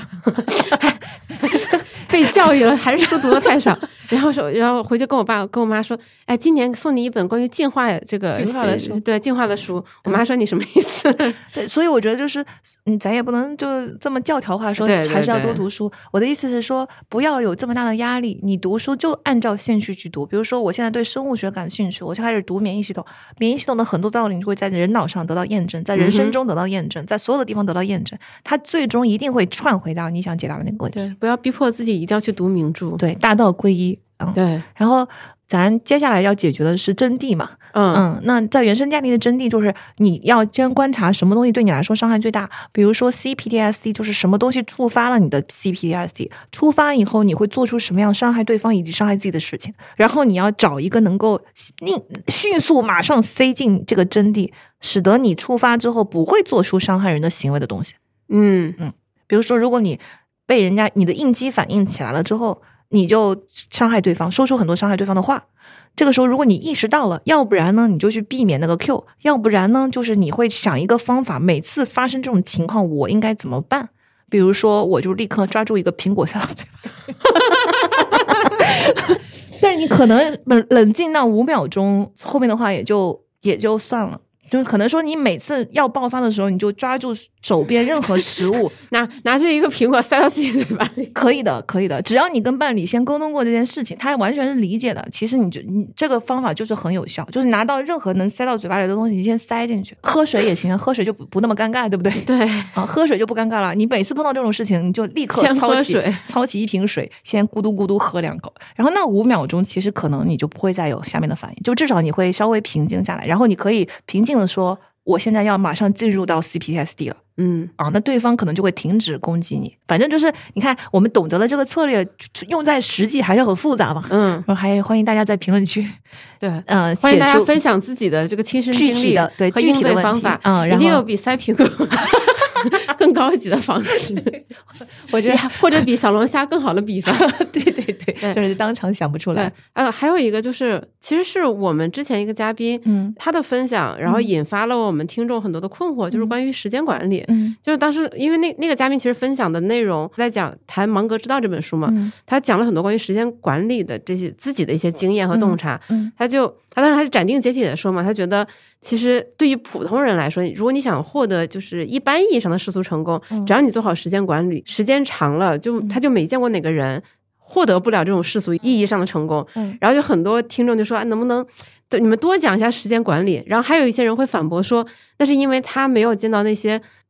被教育了，还是书读的太少。然后回去跟我妈说，哎，今年送你一本关于进化这个进化的书。我妈说你什么意思？ 对，所以我觉得就是咱也不能就这么教条化说，还是要多读书。我的意思是说，不要有这么大的压力，你读书就按照兴趣去读。比如说，我现在对生物学感兴趣，我就开始读免疫系统。免疫系统的很多道理会在人脑上得到验证，在人生中得到验证，在所有的地方得到验证，它最终一定会串回到你想解答的那个问题。 对，不要逼迫自己一定要去读名著。 对，大道归一。 对， 然后咱接下来要解决的是真谛嘛。那在原生家庭的真谛就是你要先观察什么东西对你来说伤害最大。比如说 CPTSD 就是什么东西触发了你的 CPTSD， 触发以后你会做出什么样伤害对方以及伤害自己的事情，然后你要找一个能够迅速马上塞进这个真谛，使得你触发之后不会做出伤害人的行为的东西。比如说如果你被人家你的应激反应起来了之后，你就伤害对方，说出很多伤害对方的话。这个时候如果你意识到了，要不然呢你就去避免那个 Q， 要不然呢就是你会想一个方法，每次发生这种情况我应该怎么办。比如说我就立刻抓住一个苹果塞到嘴巴但是你可能冷静到5秒钟，后面的话也就算了。就是可能说你每次要爆发的时候，你就抓住手边任何食物拿出一个苹果塞到自己嘴巴里。 可以的，只要你跟伴侣先沟通过这件事情，他完全是理解的。其实你这个方法就是很有效，就是拿到任何能塞到嘴巴里的东西，你先塞进去。喝水也行，喝水就不那么尴尬，对不对？ 对喝水就不尴尬了。你每次碰到这种事情，你就立刻操起一瓶水，先咕嘟咕嘟喝2口，然后那5秒钟，其实可能你就不会再有下面的反应，就至少你会稍微平静下来，然后你可以平静的说，我现在要马上进入到 CPTSD 了。那对方可能就会停止攻击你。反正就是你看我们懂得了这个策略用在实际还是很复杂嘛。然后还欢迎大家在评论区欢迎大家分享自己的这个亲身经历和应对方法。一定有比塞苹果更高级的方式我觉得或者比小龙虾更好的比方对，就是当场想不出来。 还有一个就是其实是我们之前一个嘉宾他的分享，然后引发了我们听众很多的困惑，就是关于时间管理。就是当时因为那个嘉宾其实分享的内容在谈《芒格之道》这本书嘛，他讲了很多关于时间管理的这些自己的一些经验和洞察。他当时他是斩钉截铁的说嘛，他觉得其实对于普通人来说，如果你想获得就是一般意义上的世俗成功，只要你做好时间管理，时间长了他就没见过哪个人获得不了这种世俗意义上的成功。然后就很多听众就说能不能你们多讲一下时间管理。然后还有一些人会反驳说，那是因为他没有见到那些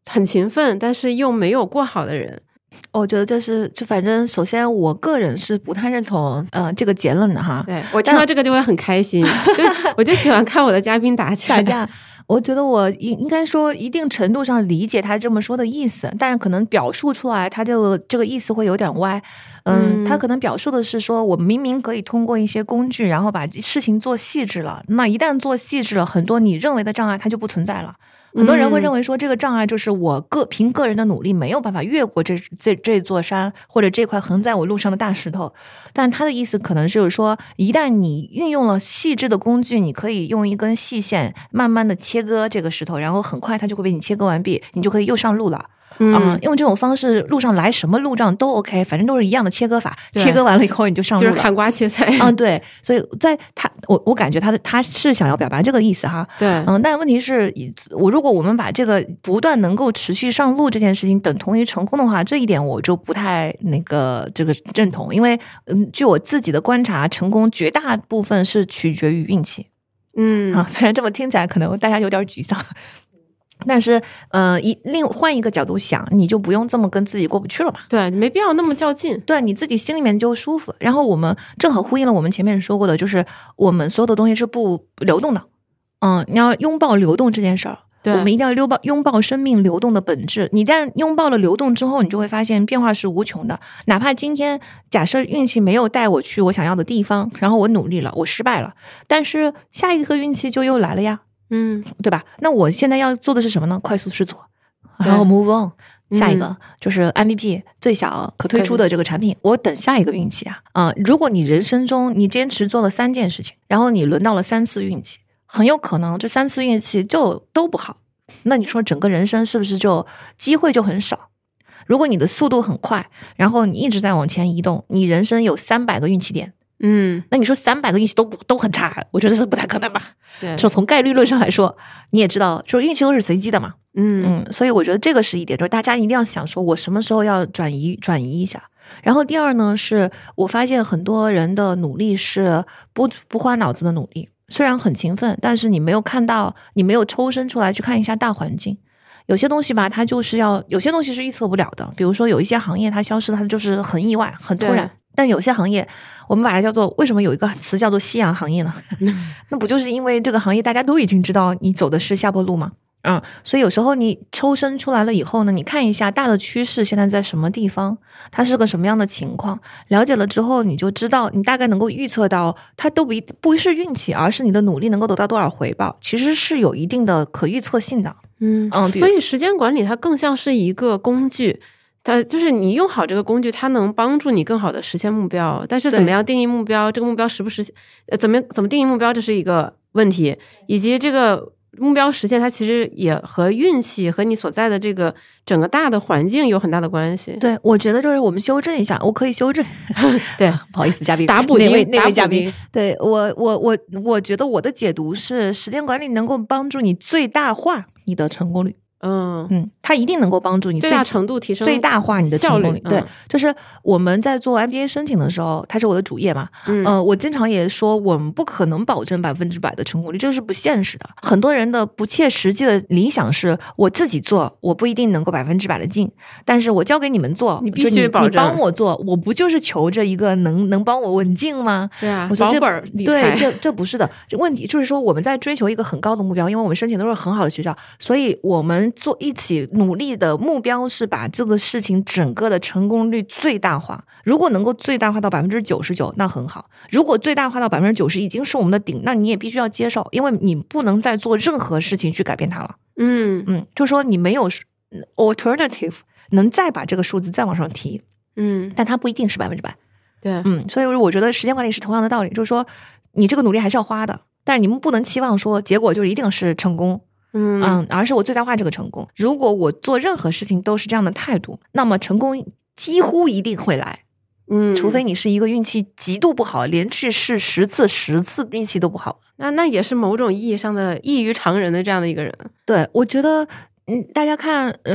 很勤奋，但是又没有过好的人。 我觉得就反正首先我个人是不太认同这个结论的哈。 对，我听到这个就会很开心，我就喜欢看我的嘉宾打架。 我觉得我应该说一定程度上理解他这么说的意思，但是可能表述出来他这个意思会有点歪。他可能表述的是说我明明可以通过一些工具然后把事情做细致了，那一旦做细致了，很多你认为的障碍它就不存在了。很多人会认为说这个障碍就是我凭个人的努力没有办法越过这座山或者这块横在我路上的大石头，但他的意思可能是说一旦你运用了细致的工具，你可以用一根细线慢慢的切割这个石头，然后很快它就会被你切割完毕，你就可以又上路了。用这种方式路上来什么路障都 OK， 反正都是一样的切割法，切割完了以后你就上路了， 就是砍瓜切菜。 对，所以在我感觉他是想要表达这个意思哈。 对， 但问题是如果我们把这个不断能够持续上路这件事情等同于成功的话，这一点我就不太这个认同，因为据我自己的观察，成功绝大部分是取决于运气。虽然这么听起来可能大家有点沮丧。但是换一个角度想，你就不用这么跟自己过不去了嘛。 对，没必要那么较劲， 对，你自己心里面就舒服。然后我们正好呼应了我们前面说过的，就是我们所有的东西是不流动的。你要拥抱流动这件事儿，我们一定要拥抱生命流动的本质。你一旦拥抱了流动之后，你就会发现变化是无穷的。哪怕今天假设运气没有带我去我想要的地方，然后我努力了，我失败了，但是下一个运气就又来了呀。对吧？那我现在要做的是什么呢？快速试错，然后 move on，下一个就是 MVP 最小可推出的这个产品，我等下一个运气啊。如果你人生中你坚持做了3件事情，然后你轮到了3次运气，很有可能这3次运气就都不好，那你说整个人生是不是就机会就很少？如果你的速度很快，然后你一直在往前移动，你人生有300个运气点。那你说300个运气都很差，我觉得是不太可能吧？对，就从概率论上来说，你也知道，就是运气都是随机的嘛。所以我觉得这个是一点，就是大家一定要想说，我什么时候要转移一下。然后第二呢，是我发现很多人的努力是不花脑子的努力，虽然很勤奋，但是你没有看到，你没有抽身出来去看一下大环境。有些东西吧，它就是有些东西是预测不了的，比如说有一些行业它消失，它就是很意外、很突然。但有些行业我们把它叫做，为什么有一个词叫做夕阳行业呢？那不就是因为这个行业大家都已经知道你走的是下坡路吗？所以有时候你抽身出来了以后呢，你看一下大的趋势现在在什么地方，它是个什么样的情况，了解了之后你就知道，你大概能够预测到它都不是运气，而是你的努力能够得到多少回报，其实是有一定的可预测性的。 所以时间管理它更像是一个工具，它就是你用好这个工具，它能帮助你更好的实现目标。但是怎么样定义目标，这个目标实不实现，怎么定义目标，这是一个问题，以及这个目标实现，它其实也和运气和你所在的这个整个大的环境有很大的关系。 对，我觉得就是我们修正一下，我可以修正。对，不好意思，嘉宾， 打补丁， 那位嘉宾，对我觉得我的解读是，时间管理能够帮助你最大化你的成功率。它一定能够帮助你最大程度提升、 最大化你的成功率。对，就是我们在做 MBA 申请的时候，它是我的主业嘛。我经常也说，我们不可能保证100%的成功率，这是不现实的。很多人的不切实际的理想是，我自己做，我不一定能够100%的进，但是我交给你们做， 你必须保证， 你帮我做，我不就是求着一个能帮我稳进吗？ 对啊， 我说保本理财。 对，这不是的。问题就是说，我们在追求一个很高的目标，因为我们申请都是很好的学校，所以我们一起努力的目标是把这个事情整个的成功率最大化。如果能够最大化到99%，那很好；如果最大化到90%已经是我们的顶，那你也必须要接受，因为你不能再做任何事情去改变它了。就是说你没有 alternative 能再把这个数字再往上提。但它不一定是100%。 对， 所以我觉得时间管理是同样的道理，就是说你这个努力还是要花的，但是你们不能期望说结果就一定是成功。而是我最大化这个成功。如果我做任何事情都是这样的态度，那么成功几乎一定会来。除非你是一个运气极度不好，连续试10次运气都不好， 那也是某种意义上的异于常人的这样的一个人。 对，我觉得大家看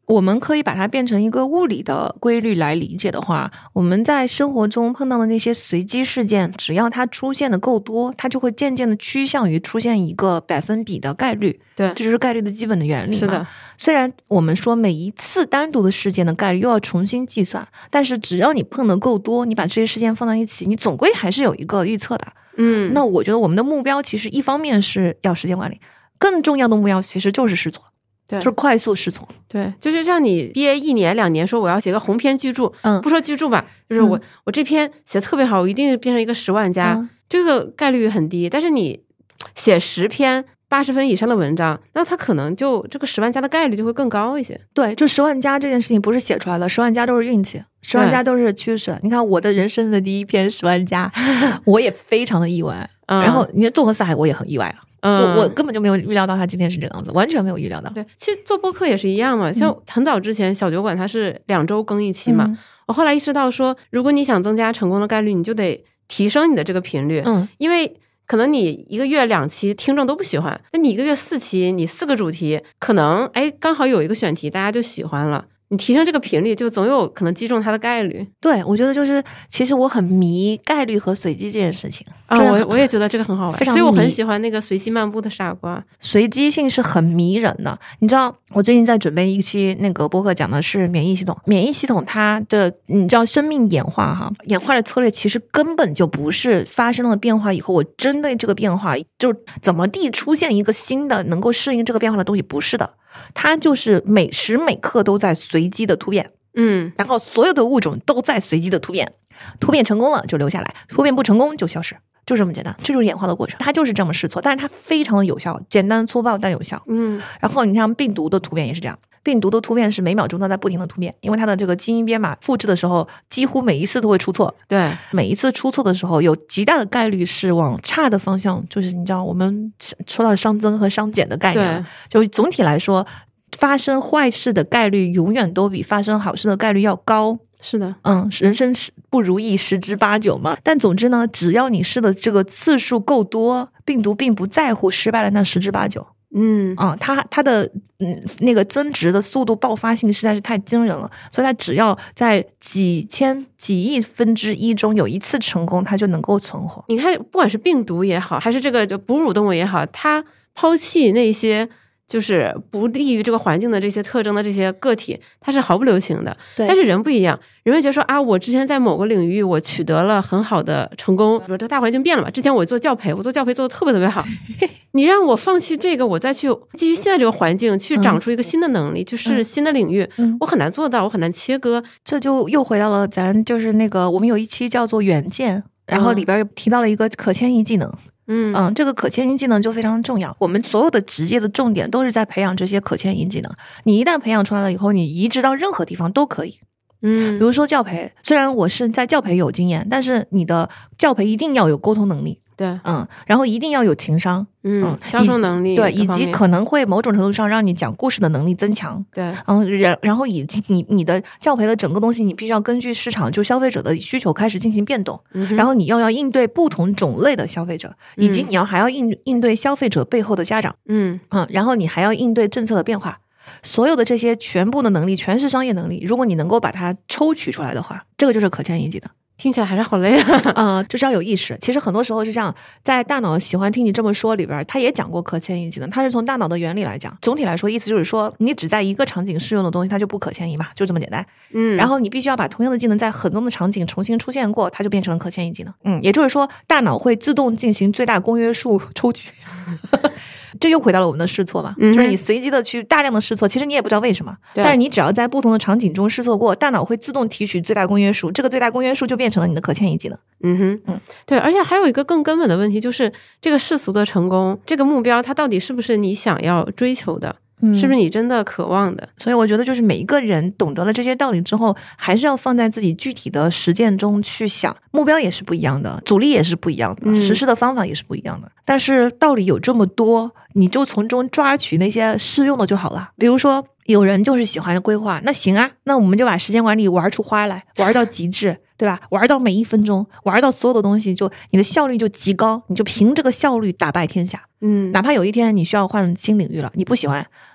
我们可以把它变成一个物理的规律来理解的话，我们在生活中碰到的那些随机事件，只要它出现的够多，它就会渐渐的趋向于出现一个百分比的概率。 对， 这就是概率的基本的原理嘛。 是的， 虽然我们说每一次单独的事件的概率又要重新计算，但是只要你碰的够多，你把这些事件放在一起，你总归还是有一个预测的。那我觉得我们的目标其实一方面是要时间管理，更重要的目标其实就是试错。 对， 就是快速试错。 对，就是像你毕业1年2年说我要写个鸿篇巨著，不说巨著吧，就是我这篇写的特别好，我一定变成一个10万加，这个概率很低。但是你写10篇80分以上的文章，那它可能就这个10万加的概率就会更高一些。 对，就10万加这件事情不是写出来的，10万加都是运气，10万加都是趋势。你看我的人生的第一篇10万加，我也非常的意外。然后你看综合四海，我也很意外啊。我根本就没有预料到他今天是这个样子，完全没有预料到。 对，其实做播客也是一样嘛，像很早之前小酒馆它是2周更一期嘛，我后来意识到说，如果你想增加成功的概率，你就得提升你的这个频率，因为可能你1个月2期听众都不喜欢，那你1个月4期，你4个主题，可能刚好有一个选题大家就喜欢了。你提升这个频率，就总有可能击中它的概率。 对，我觉得就是其实我很迷概率和随机这件事情啊，我也觉得这个很好玩，所以我很喜欢那个随机漫步的傻瓜。 随机性是很迷人的。你知道我最近在准备一期那个播客，讲的是免疫系统。免疫系统它的你知道生命演化哈，演化的策略其实根本就不是发生了变化以后，我针对这个变化就怎么地出现一个新的能够适应这个变化的东西，不是的。它就是每时每刻都在随机的突变，然后所有的物种都在随机的突变，突变成功了就留下来，突变不成功就消失，就这么简单，这就是演化的过程，它就是这么试错，但是它非常的有效，简单粗暴但有效。然后你看病毒的突变也是这样，病毒的突变是每秒钟都在不停的突变，因为它的这个基因编码复制的时候，几乎每一次都会出错。 对， 每一次出错的时候，有极大的概率是往差的方向，就是你知道我们说到熵增和熵减的概念，就总体来说，发生坏事的概率永远都比发生好事的概率要高。 是的， 人生不如意10之8九嘛。但总之呢，只要你试的这个次数够多，病毒并不在乎失败的那10之8九。它的那个增值的速度爆发性实在是太惊人了，所以它只要在几千几亿分之一中有一次成功，它就能够存活。 你看，不管是病毒也好，还是这个就哺乳动物也好，它抛弃那些就是不利于这个环境的这些特征的这些个体，它是毫不留情的。但是人不一样，人会觉得说啊，我之前在某个领域我取得了很好的成功，比如这大环境变了嘛，之前我做教培做的特别特别好，你让我放弃这个，我再去基于现在这个环境去长出一个新的能力，去试新的领域，我很难做到，我很难切割。 这就又回到了咱就是那个我们有一期叫做远见，然后里边提到了一个可迁移技能。这个可迁移技能就非常重要。我们所有的职业的重点都是在培养这些可迁移技能。你一旦培养出来了以后，你移植到任何地方都可以。比如说教培，虽然我是在教培有经验，但是你的教培一定要有沟通能力。 对， 然后一定要有情商， 销售能力， 对，以及可能会某种程度上让你讲故事的能力增强， 对， 然后以及你的教培的整个东西，你必须要根据市场就消费者的需求开始进行变动，然后你又要应对不同种类的消费者，以及你还要应对消费者背后的家长，然后你还要应对政策的变化。所有的这些全部的能力全是商业能力，如果你能够把它抽取出来的话，这个就是可迁移技能。 听起来还是好累就是要有意识。其实很多时候是这样，在大脑喜欢听你这么说里边，他也讲过可迁移技能，他是从大脑的原理来讲。总体来说，意思就是说，你只在一个场景适用的东西，它就不可迁移嘛，就这么简单。然后你必须要把同样的技能在很多的场景重新出现过，它就变成了可迁移技能。也就是说，大脑会自动进行最大公约数抽取。这又回到了我们的试错嘛，就是你随机的去大量的试错，其实你也不知道为什么，但是你只要在不同的场景中试错过，大脑会自动提取最大公约数，这个最大公约数就变成了你的可迁移技能。 对，而且还有一个更根本的问题，就是这个世俗的成功，这个目标它到底是不是你想要追求的，是不是你真的渴望的？ 所以我觉得就是每一个人懂得了这些道理之后，还是要放在自己具体的实践中去想，目标也是不一样的，阻力也是不一样的，实施的方法也是不一样的。但是道理有这么多，你就从中抓取那些适用的就好了。比如说有人就是喜欢规划，那行啊，那我们就把时间管理玩出花来，玩到极致，对吧？玩到每1分钟，玩到所有的东西，就你的效率就极高，你就凭这个效率打败天下。哪怕有一天你需要换新领域了，你不喜欢，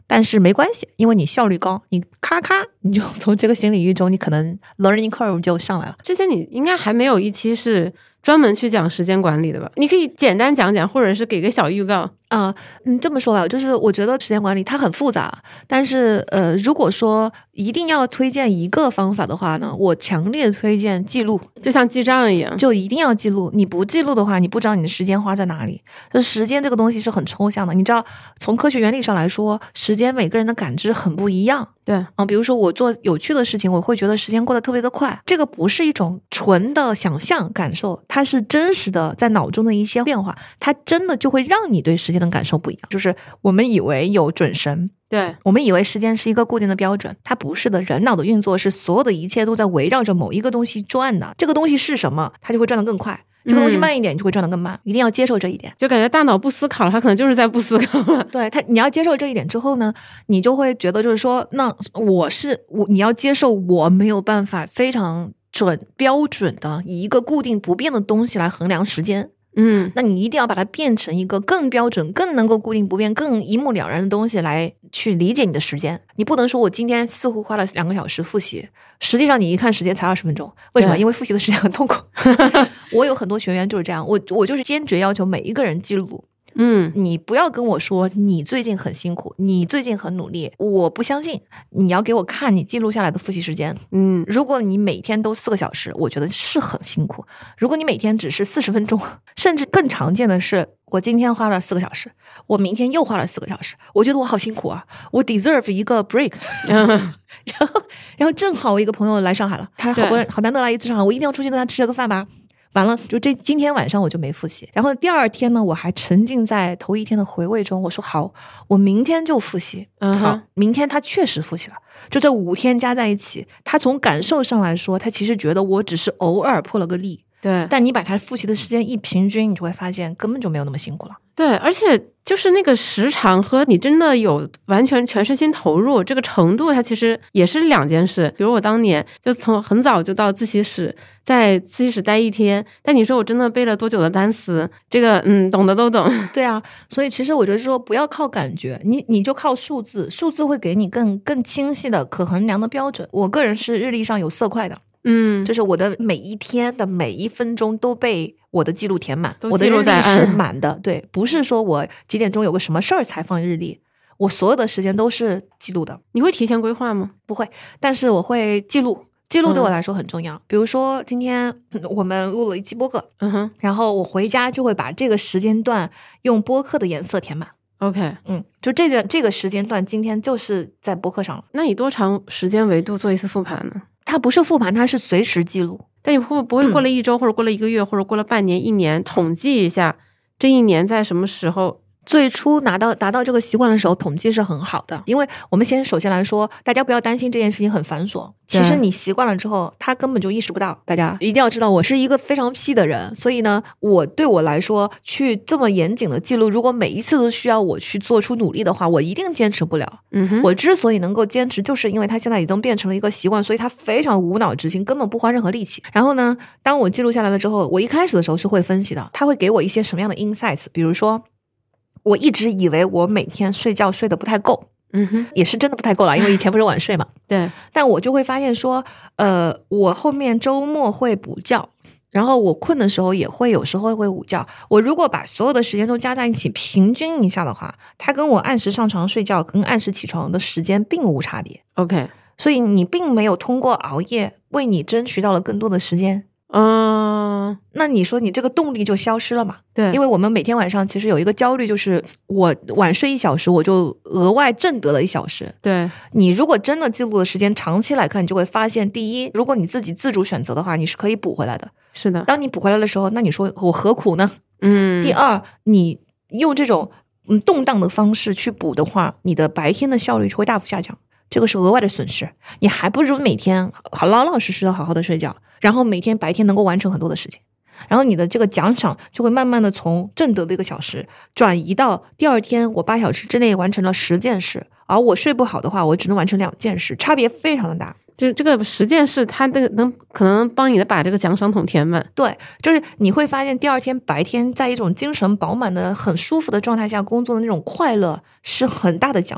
但是没关系，因为你效率高，你咔咔你就从这个新领域中，你可能 learning curve 就上来了。 之前你应该还没有一期是专门去讲时间管理的吧？你可以简单讲讲，或者是给个小预告。 这么说吧，就是我觉得时间管理它很复杂，但是如果说一定要推荐一个方法的话呢，我强烈推荐记录， 就像记账一样， 就一定要记录。你不记录的话，你不知道你的时间花在哪里。就时间这个东西是很抽象的，你知道，从科学原理上来说，时间每个人的感知很不一样。 对， 比如说我做有趣的事情，我会觉得时间过得特别的快，这个不是一种纯的想象感受，它是真实的在脑中的一些变化，它真的就会让你对时间的感受不一样。就是我们以为有准神， 对， 我们以为时间是一个固定的标准，它不是的。人脑的运作是所有的一切都在围绕着某一个东西转的，这个东西是什么，它就会转得更快。这个东西慢一点，你就会转得更慢，一定要接受这一点。 就感觉大脑不思考了，它可能就是在不思考了。 对它，你要接受这一点之后呢，你就会觉得就是说，那你要接受我没有办法非常标准的以一个固定不变的东西来衡量时间。那你一定要把它变成一个更标准、更能够固定不变、更一目了然的东西来去理解你的时间。你不能说我今天似乎花了2个小时复习，实际上你一看时间才20分钟。为什么？因为复习的时间很痛苦。我有很多学员就是这样，我就是坚决要求每一个人记录。你不要跟我说你最近很辛苦，你最近很努力，我不相信。你要给我看你记录下来的复习时间。如果你每天都4个小时，我觉得是很辛苦。如果你每天只是40分钟，甚至更常见的是，我今天花了4个小时，我明天又花了4个小时，我觉得我好辛苦啊，我 deserve 一个 break。然后正好我一个朋友来上海了，他好难得来一次上海，我一定要出去跟他吃个饭吧。完了，就今天晚上我就没复习，然后第二天呢，我还沉浸在头一天的回味中。我说好，我明天就复习。好，明天他确实复习了。就这5天加在一起，他从感受上来说，他其实觉得我只是偶尔破了个例。 对， 但你把他复习的时间一平均，你就会发现根本就没有那么辛苦了。 对，而且就是那个时长和你真的有完全全身心投入这个程度，它其实也是2件事。比如我当年就从很早就到自习室，在自习室待1天，但你说我真的背了多久的单词，这个懂的都懂。 对啊，所以其实我觉得说不要靠感觉，你就靠数字，数字会给你更清晰的可衡量的标准。我个人是日历上有色块的。就是我的每一天的每1分钟都被我的记录填满，我的日历是满的。对，不是说我几点钟有个什么事儿才放日历，我所有的时间都是记录的。 你会提前规划吗？ 不会，但是我会记录。记录对我来说很重要。比如说今天我们录了一期播客，然后我回家就会把这个时间段用播客的颜色填满。 OK， 就这个时间段今天就是在播客上了。 那你多长时间维度做一次复盘呢？ 它不是复盘，它是随时记录。 但你会不会过了1周，或者过了1个月，或者过了半年、1年，统计一下这1年在什么时候？ 最初达到这个习惯的时候，统计是很好的。因为我们首先来说，大家不要担心这件事情很繁琐。其实你习惯了之后，他根本就意识不到。大家一定要知道，我是一个非常屁的人，所以呢，对我来说，去这么严谨的记录，如果每一次都需要我去做出努力的话，我一定坚持不了。我之所以能够坚持，就是因为它现在已经变成了一个习惯，所以它非常无脑执行，根本不花任何力气。然后呢，当我记录下来了之后，我一开始的时候是会分析的，它会给我一些什么样的 insights， 比如说。我一直以为我每天睡觉睡得不太够，也是真的不太够了，因为以前不是晚睡嘛。 对， 但我就会发现说，我后面周末会补觉，然后我困的时候有时候会午觉。我如果把所有的时间都加在一起平均一下的话，它跟我按时上床睡觉跟按时起床的时间并无差别。 OK， 所以你并没有通过熬夜为你争取到了更多的时间。那你说你这个动力就消失了嘛？ 对， 因为我们每天晚上其实有一个焦虑，就是我晚睡1小时，我就额外挣得了1小时。 对， 你如果真的记录的时间长期来看，你就会发现，第一，如果你自己自主选择的话，你是可以补回来的。 是的， 当你补回来的时候，那你说我何苦呢？第二，你用这种动荡的方式去补的话，你的白天的效率就会大幅下降。这个是额外的损失，你还不如每天老老实实的好好的睡觉，然后每天白天能够完成很多的事情，然后你的这个奖赏就会慢慢的从挣得的1个小时转移到第二天我8小时之内完成了10件事，而我睡不好的话我只能完成2件事，差别非常的大。 就这个10件事它可能帮你把这个奖赏桶填满。 对，就是你会发现第二天白天在一种精神饱满的很舒服的状态下工作的那种快乐是很大的奖赏。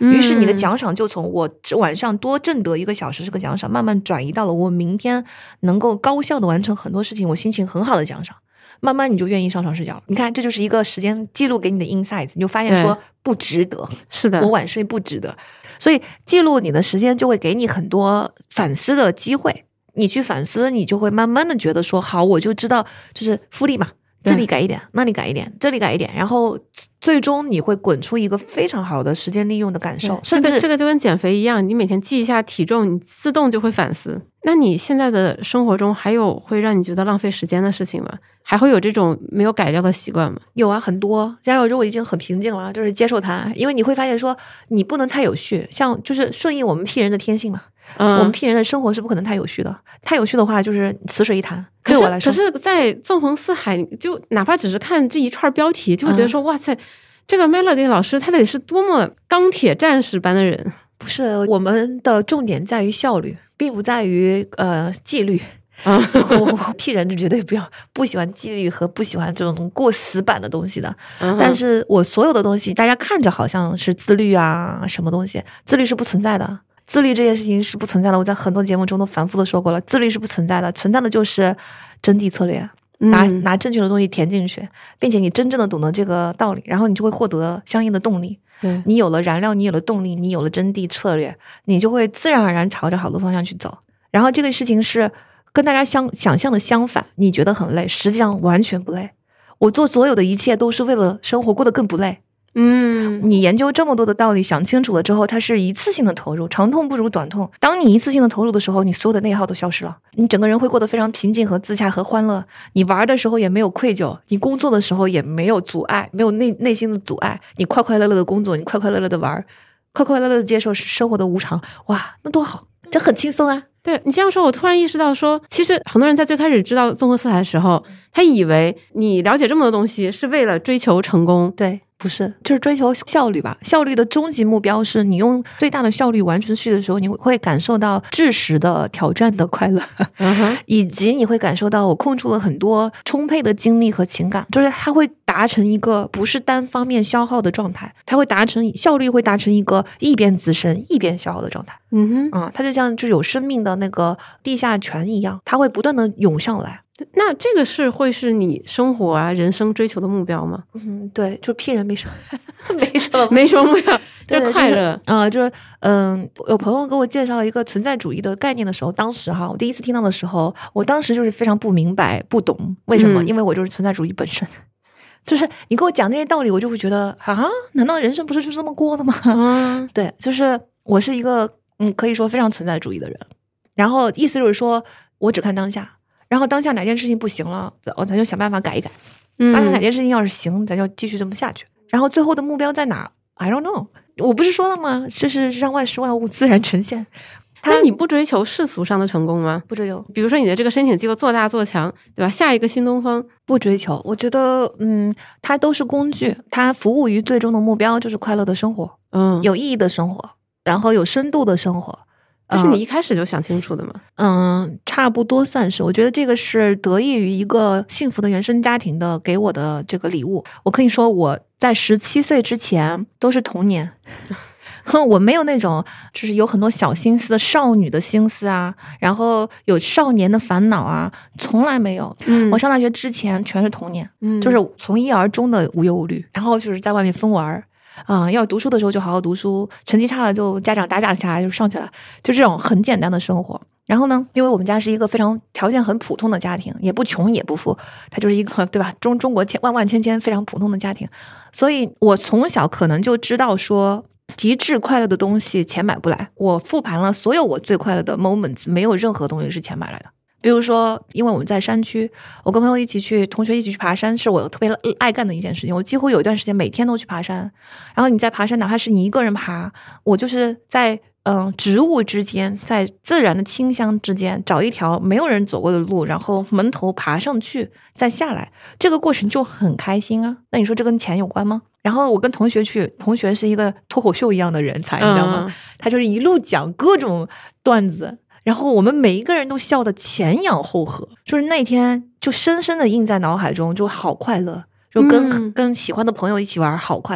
于是你的奖赏就从我晚上多挣得1个小时这个奖赏，慢慢转移到了我明天能够高效的完成很多事情，我心情很好的奖赏。慢慢你就愿意上床睡觉了。你看，这就是一个时间记录给你的 insights， 你就发现说不值得。 是的， 我晚睡不值得。所以记录你的时间就会给你很多反思的机会。你去反思，你就会慢慢的觉得说，好，我就知道，就是复利嘛，这里改一点，那里改一点，这里改一点，然后最终你会滚出一个非常好的时间利用的感受。甚至这个就跟减肥一样，你每天记一下体重，你自动就会反思。那你现在的生活中还有会让你觉得浪费时间的事情吗？还会有这种没有改掉的习惯吗？ 有啊，很多。加上我已经很平静了，就是接受它。因为你会发现说，你不能太有序，像就是顺应我们 P 人的天性嘛。我们 P 人的生活是不可能太有序的，太有序的话就是死水一潭。对我来说， 可是在纵横四海，就哪怕只是看这一串标题，就会觉得说，哇塞，这个 Melody 老师他得是多么钢铁战士般的人。 不是，我们的重点在于效率，并不在于纪律。我 P 人就绝对不喜欢纪律和不喜欢这种过死板的东西的。但是我所有的东西，大家看着好像是自律啊，什么东西，自律是不存在的。自律这件事情是不存在的，我在很多节目中都反复的说过了，自律是不存在的，存在的就是真谛策略。拿正确的东西填进去，并且你真正的懂得这个道理，然后你就会获得相应的动力。 对， 你有了燃料，你有了动力，你有了真谛策略，你就会自然而然朝着好的方向去走。然后这个事情是跟大家想象的相反，你觉得很累，实际上完全不累。我做所有的一切都是为了生活过得更不累。你研究这么多的道理，想清楚了之后，它是一次性的投入，长痛不如短痛。当你一次性的投入的时候，你所有的内耗都消失了，你整个人会过得非常平静和自洽和欢乐。你玩的时候也没有愧疚，你工作的时候也没有阻碍，没有内心的阻碍，你快快乐乐的工作，你快快乐乐的玩，快快乐乐的接受生活的无常。哇，那多好，这很轻松啊。 对，你这样说，我突然意识到说，其实很多人在最开始知道纵横四海的时候，他以为你了解这么多东西是为了追求成功。 对，不是，就是追求效率吧。效率的终极目标是你用最大的效率完成事的时候，你会感受到知识的挑战的快乐，以及你会感受到我空出了很多充沛的精力和情感，就是它会达成一个不是单方面消耗的状态，它会达成效率会达成一个一边滋生一边消耗的状态。它就像就是有生命的那个地下泉一样，它会不断的涌上来。 那这个会是你生活啊人生追求的目标吗？ 对，就P人没什么没什么目标，就是快乐。 有朋友给我介绍了一个存在主义的概念的时候，当时我第一次听到的时候，我当时就是非常不明白不懂为什么，因为我就是存在主义本身。就是你给我讲这些道理，我就会觉得难道人生不是就这么过的吗？对，就是我是一个可以说非常存在主义的人。然后意思就是说我只看当下，然后当下哪件事情不行了，咱就想办法改一改。当下哪件事情要是行，咱就继续这么下去。然后最后的目标在哪 ？I don't know。我不是说了吗？就是让万事万物自然呈现。 那你不追求世俗上的成功吗？ 不追求。 比如说你的这个申请机构做大做强，对吧？下一个新东方， 不追求。我觉得它都是工具，它服务于最终的目标，就是快乐的生活，有意义的生活，然后有深度的生活。 这是你一开始就想清楚的吗？ 差不多算是。我觉得这个是得益于一个幸福的原生家庭的给我的这个礼物。我可以说我在17岁之前都是童年。我没有那种就是有很多小心思的少女的心思啊，然后有少年的烦恼啊，从来没有。我上大学之前全是童年，就是从一而终的无忧无虑，然后就是在外面疯玩。要读书的时候就好好读书，成绩差了就家长打下来就上去了，就这种很简单的生活。然后呢，因为我们家是一个非常条件很普通的家庭，也不穷也不富，它就是一个对吧中国万万千千非常普通的家庭，所以我从小可能就知道说极致快乐的东西钱买不来。我复盘了所有我最快乐的 moments， 没有任何东西是钱买来的。比如说，因为我们在山区，我跟朋友同学一起去爬山，是我特别爱干的一件事情。我几乎有一段时间每天都去爬山。然后你在爬山，哪怕是你一个人爬，我就是在植物之间，在自然的清香之间找一条没有人走过的路，然后门头爬上去再下来，这个过程就很开心啊。那你说这跟钱有关吗？然后我跟同学去，同学是一个脱口秀一样的人才，你知道吗？他就是一路讲各种段子，然后我们每一个人都笑得前仰后合，就是那天就深深的印在脑海中，就好快乐，就跟喜欢的朋友一起玩好快乐。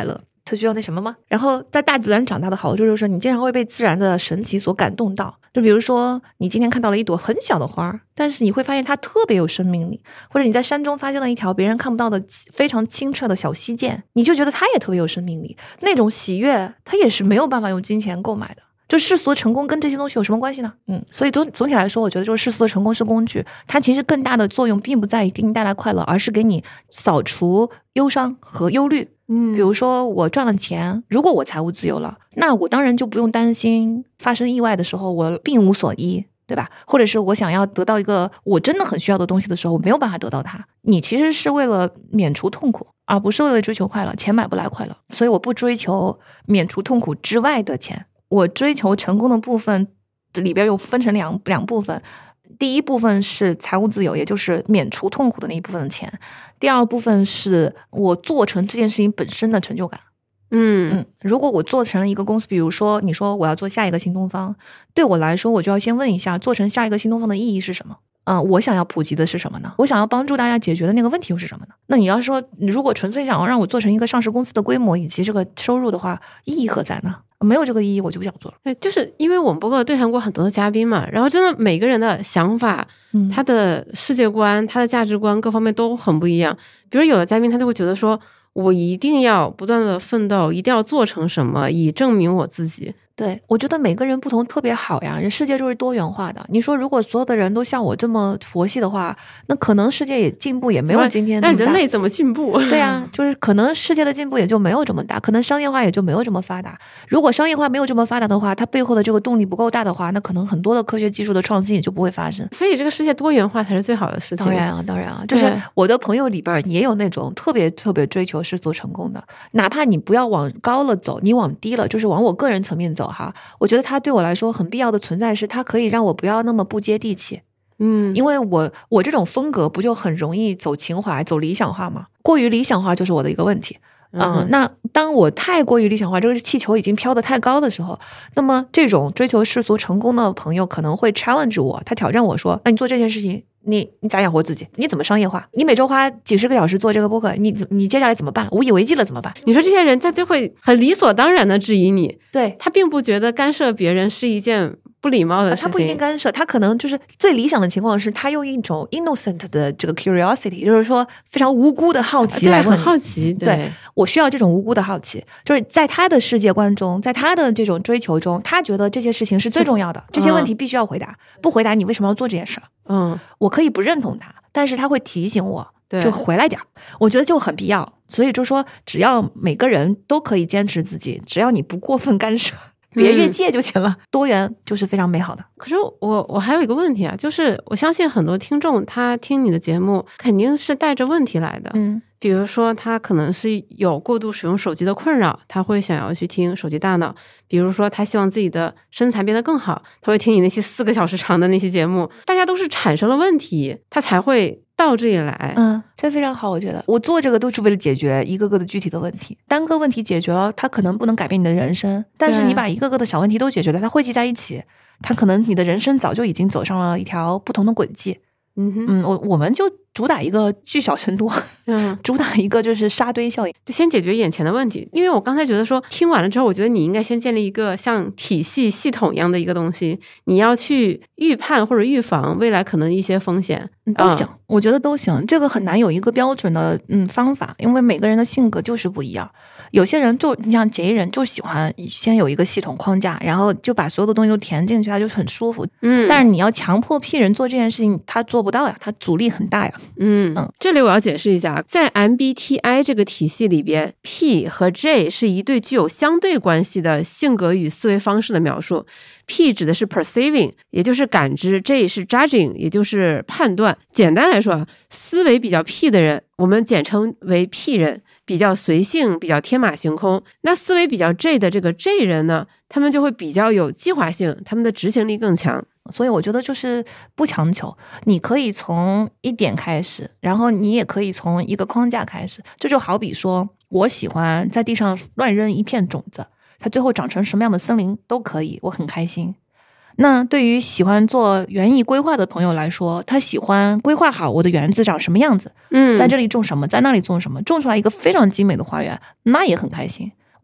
它需要那什么吗？然后在大自然长大的好处就是你经常会被自然的神奇所感动到，就比如说你今天看到了一朵很小的花，但是你会发现它特别有生命力，或者你在山中发现了一条别人看不到的非常清澈的小溪涧，你就觉得它也特别有生命力，那种喜悦它也是没有办法用金钱购买的。就世俗的成功跟这些东西有什么关系呢？所以总体来说，我觉得就是世俗的成功是工具，它其实更大的作用并不在于给你带来快乐，而是给你扫除忧伤和忧虑。比如说我赚了钱，如果我财务自由了，那我当然就不用担心发生意外的时候我病无所依，对吧？或者是我想要得到一个我真的很需要的东西的时候，我没有办法得到它。你其实是为了免除痛苦，而不是为了追求快乐。钱买不来快乐，所以我不追求免除痛苦之外的钱。我追求成功的部分里边又分成两部分，第一部分是财务自由，也就是免除痛苦的那一部分的钱，第二部分是我做成这件事情本身的成就感。如果我做成了一个公司，比如说你说我要做下一个新东方，对我来说我就要先问一下，做成下一个新东方的意义是什么？我想要普及的是什么呢？我想要帮助大家解决的那个问题又是什么呢？那你要说如果纯粹想要让我做成一个上市公司的规模以及这个收入的话，意义何在呢？没有这个意义我就不想做了。 就是因为我们播客对谈过很多的嘉宾嘛，然后真的每个人的想法他的世界观他的价值观各方面都很不一样。比如有的嘉宾他就会觉得说我一定要不断的奋斗，一定要做成什么以证明我自己。 对，我觉得每个人不同特别好呀，人世界就是多元化的。你说如果所有的人都像我这么佛系的话，那可能世界也进步也没有今天这么大。 那人类怎么进步？ 对啊，就是可能世界的进步也就没有这么大，可能商业化也就没有这么发达。如果商业化没有这么发达的话，它背后的这个动力不够大的话，那可能很多的科学技术的创新也就不会发生。 所以这个世界多元化才是最好的事情。 当然啊，就是我的朋友里边也有那种特别追求世俗成功的，哪怕你不要往高了走，你往低了，就是往我个人层面走哈。我觉得它对我来说很必要的存在是，它可以让我不要那么不接地气。因为我这种风格不就很容易走情怀、走理想化吗？过于理想化就是我的一个问题。那当我太过于理想化，这个气球已经飘得太高的时候，那么这种追求世俗成功的朋友可能会 challenge 我，他挑战我说，那你做这件事情你咋养活自己？你怎么商业化？你每周花几十个小时做这个播客，你接下来怎么办？无以为继了怎么办？ 你说这些人他就会很理所当然的质疑你， 对，他并不觉得干涉别人是一件不礼貌的事情。 他不一定干涉，他可能就是最理想的情况是他用一种 innocent 的这个 curiosity， 就是说非常无辜的好奇来问你， 很好奇。 对，我需要这种无辜的好奇，就是在他的世界观中，在他的这种追求中，他觉得这些事情是最重要的，这些问题必须要回答，不回答你为什么要做这件事？我可以不认同他，但是他会提醒我，就回来点，我觉得就很必要。所以就说只要每个人都可以坚持自己，只要你不过分干涉，别越界就行了，多元就是非常美好的。 可是我还有一个问题啊，就是我相信很多听众他听你的节目肯定是带着问题来的。比如说他可能是有过度使用手机的困扰，他会想要去听手机大脑。比如说他希望自己的身材变得更好，他会听你那些4个小时长的那些节目。大家都是产生了问题他才会到这里来。 这非常好。我觉得我做这个都是为了解决一个个的具体的问题，单个问题解决了它可能不能改变你的人生，但是你把一个个的小问题都解决了，它汇集在一起，它可能你的人生早就已经走上了一条不同的轨迹。我们就主打一个聚小成多，主打一个就是沙堆效应， 就先解决眼前的问题。因为我刚才觉得说听完了之后，我觉得你应该先建立一个像体系系统一样的一个东西，你要去预判或者预防未来可能一些风险。 都行，我觉得都行。这个很难有一个标准的方法，因为每个人的性格就是不一样。有些人就你像杰人就喜欢先有一个系统框架，然后就把所有的东西都填进去，他就很舒服。但是你要强迫P人做这件事情，他做不到呀，他阻力很大呀。 这里我要解释一下，在 MBTI 这个体系里边 P 和 J 是一对具有相对关系的性格与思维方式的描述。P 指的是 perceiving， 也就是感知， J 是 judging， 也就是判断。简单来说，思维比较 P 的人我们简称为 P 人，比较随性，比较天马行空。那思维比较 J 的这个 J 人呢，他们就会比较有计划性，他们的执行力更强。 所以我觉得就是不强求，你可以从一点开始，然后你也可以从一个框架开始。这就好比说我喜欢在地上乱扔一片种子，它最后长成什么样的森林都可以，我很开心。那对于喜欢做园艺规划的朋友来说，他喜欢规划好我的园子长什么样子，在这里种什么，在那里种什么，种出来一个非常精美的花园，那也很开心。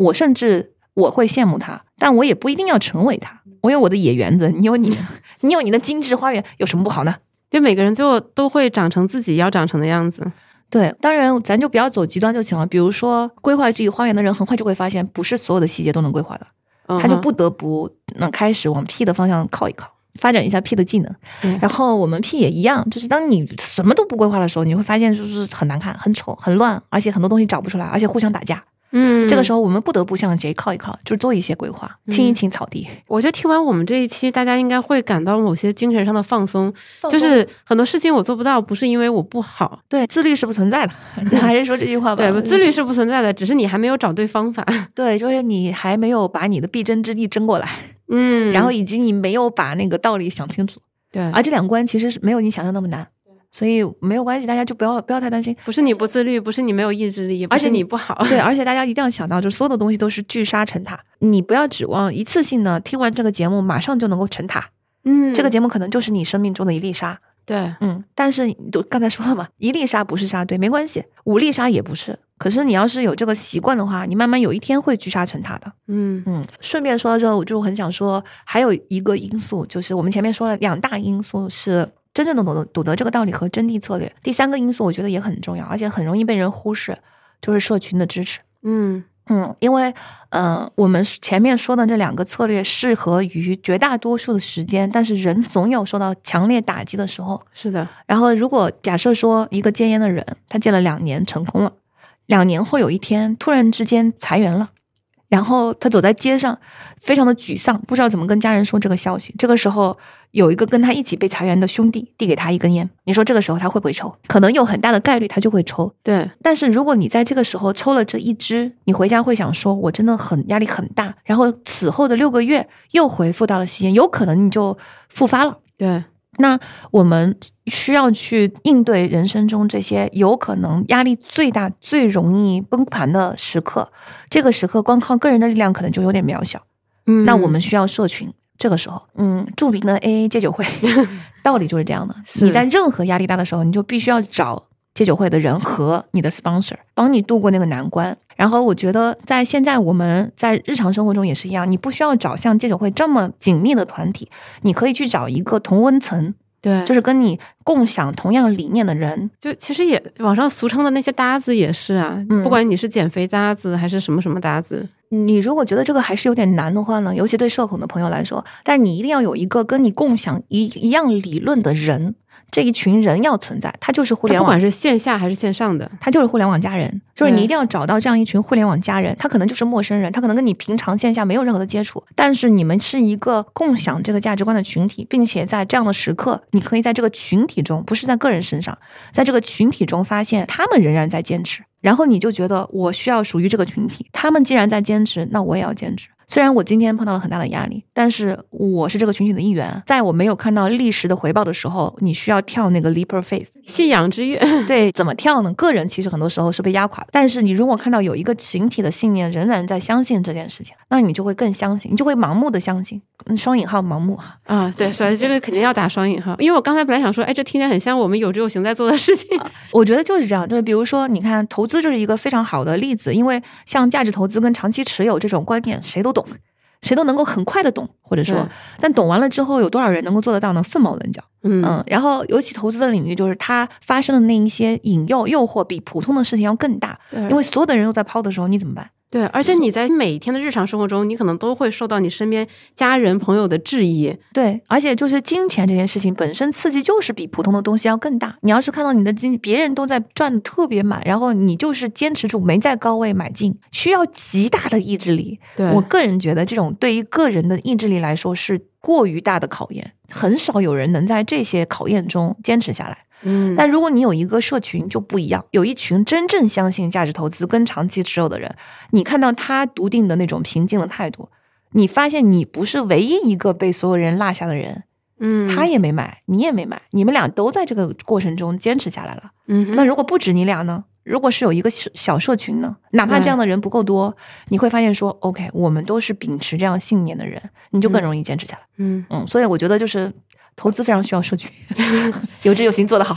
我甚至我会羡慕他，但我也不一定要成为他。我有我的野园子，你有你的精致花园，有什么不好呢？ 就每个人最后都会长成自己要长成的样子。 对，当然咱就不要走极端就行了。比如说规划自己花园的人，很快就会发现不是所有的细节都能规划的，他就不得不开始往 P 的方向靠一靠，发展一下 P 的技能。然后我们 P 也一样，就是当你什么都不规划的时候，你会发现就是很难看、很丑、很乱，而且很多东西找不出来，而且互相打架。这个时候我们不得不向谁靠一靠，就是做一些规划，清一清草地。 我觉得听完我们这一期，大家应该会感到某些精神上的放松，就是很多事情我做不到，不是因为我不好。 对，自律是不存在的，还是说这句话吧？ 对，自律是不存在的，只是你还没有找对方法。 对，就是你还没有把你的必争之地争过来，然后以及你没有把那个道理想清楚。 对， 而这两关其实没有你想象那么难。所以没有关系，大家就不要太担心。 不是你不自律，不是你没有意志力，而且你不好。 对，而且大家一定要想到，就是所有的东西都是聚沙成塔，你不要指望一次性的听完这个节目马上就能够成塔。这个节目可能就是你生命中的一粒沙。 对， 但是刚才说了嘛，一粒沙不是沙堆，没关系，5粒沙也不是。可是你要是有这个习惯的话，你慢慢有一天会聚沙成塔的。顺便说到这，我就很想说，还有一个因素，就是我们前面说了2大因素是真正的懂得这个道理和真谛策略。第3个因素我觉得也很重要，而且很容易被人忽视，就是社群的支持。因为我们前面说的这2个策略适合于绝大多数的时间，但是人总有受到强烈打击的时候。 是的。 然后如果假设说一个戒烟的人，他戒了2年成功了，2年后有一天突然之间裁员了，然后他走在街上非常的沮丧，不知道怎么跟家人说这个消息。这个时候有一个跟他一起被裁员的兄弟递给他一根烟，你说这个时候他会不会抽？可能有很大的概率他就会抽。 对， 但是如果你在这个时候抽了这一支，你回家会想说我真的压力很大，然后此后的6个月又恢复到了吸烟，有可能你就复发了。 对， 那我们需要去应对人生中这些有可能压力最大、最容易崩盘的时刻。这个时刻光靠个人的力量可能就有点渺小。那我们需要社群。这个时候，著名的 AA 戒酒会道理就是这样的。你在任何压力大的时候，你就必须要找戒酒会的人和你的 sponsor 帮你度过那个难关。然后我觉得在现在我们在日常生活中也是一样，你不需要找像戒酒会这么紧密的团体，你可以去找一个同温层。 对， 就是跟你共享同样理念的人。 就其实也网上俗称的那些搭子也是啊，不管你是减肥搭子还是什么什么搭子， 你如果觉得这个还是有点难的话呢，尤其对社恐的朋友来说，但是你一定要有一个跟你共享一样理论的人，这一群人要存在，他就是互联网， 不管是线下还是线上的， 他就是互联网家人。就是你一定要找到这样一群互联网家人，他可能就是陌生人，他可能跟你平常线下没有任何的接触，但是你们是一个共享这个价值观的群体，并且在这样的时刻，你可以在这个群体中，不是在个人身上，在这个群体中发现他们仍然在坚持，然后你就觉得我需要属于这个群体，他们既然在坚持，那我也要坚持。虽然我今天碰到了很大的压力，但是我是这个群体的一员。在我没有看到立时的回报的时候，你需要跳那个 leap of faith 信仰之跃。 对，怎么跳呢？个人其实很多时候是被压垮的，但是你如果看到有一个群体的信念仍然在相信这件事情，那你就会更相信，你就会盲目的相信。双引号盲目啊，对，所以这个肯定要打双引号，因为我刚才本来想说，这听起来很像我们有知有行在做的事情。 我觉得就是这样，就是比如说，你看投资就是一个非常好的例子，因为像价值投资跟长期持有这种观念，谁都懂。谁都能够很快的懂，或者说，但懂完了之后，有多少人能够做得到呢？凤毛麟角。然后尤其投资的领域，就是它发生的那一些引诱、诱惑，比普通的事情要更大。因为所有的人都在抛的时候，你怎么办？ 对，而且你在每天的日常生活中，你可能都会受到你身边家人朋友的质疑。 对，而且就是金钱这件事情本身刺激就是比普通的东西要更大。你要是看到你的别人都在赚的特别满，然后你就是坚持住没在高位买进，需要极大的意志力。 对， 我个人觉得这种对于个人的意志力来说是过于大的考验，很少有人能在这些考验中坚持下来。但如果你有一个社群就不一样，有一群真正相信价值投资跟长期持有的人，你看到他笃定的那种平静的态度，你发现你不是唯一一个被所有人落下的人。他也没买，你也没买，你们俩都在这个过程中坚持下来了。那如果不止你俩呢？如果是有一个小社群呢，哪怕这样的人不够多，你会发现说 OK， 我们都是秉持这样信念的人，你就更容易坚持下来。所以我觉得就是投资非常需要社群，有知有行做得好。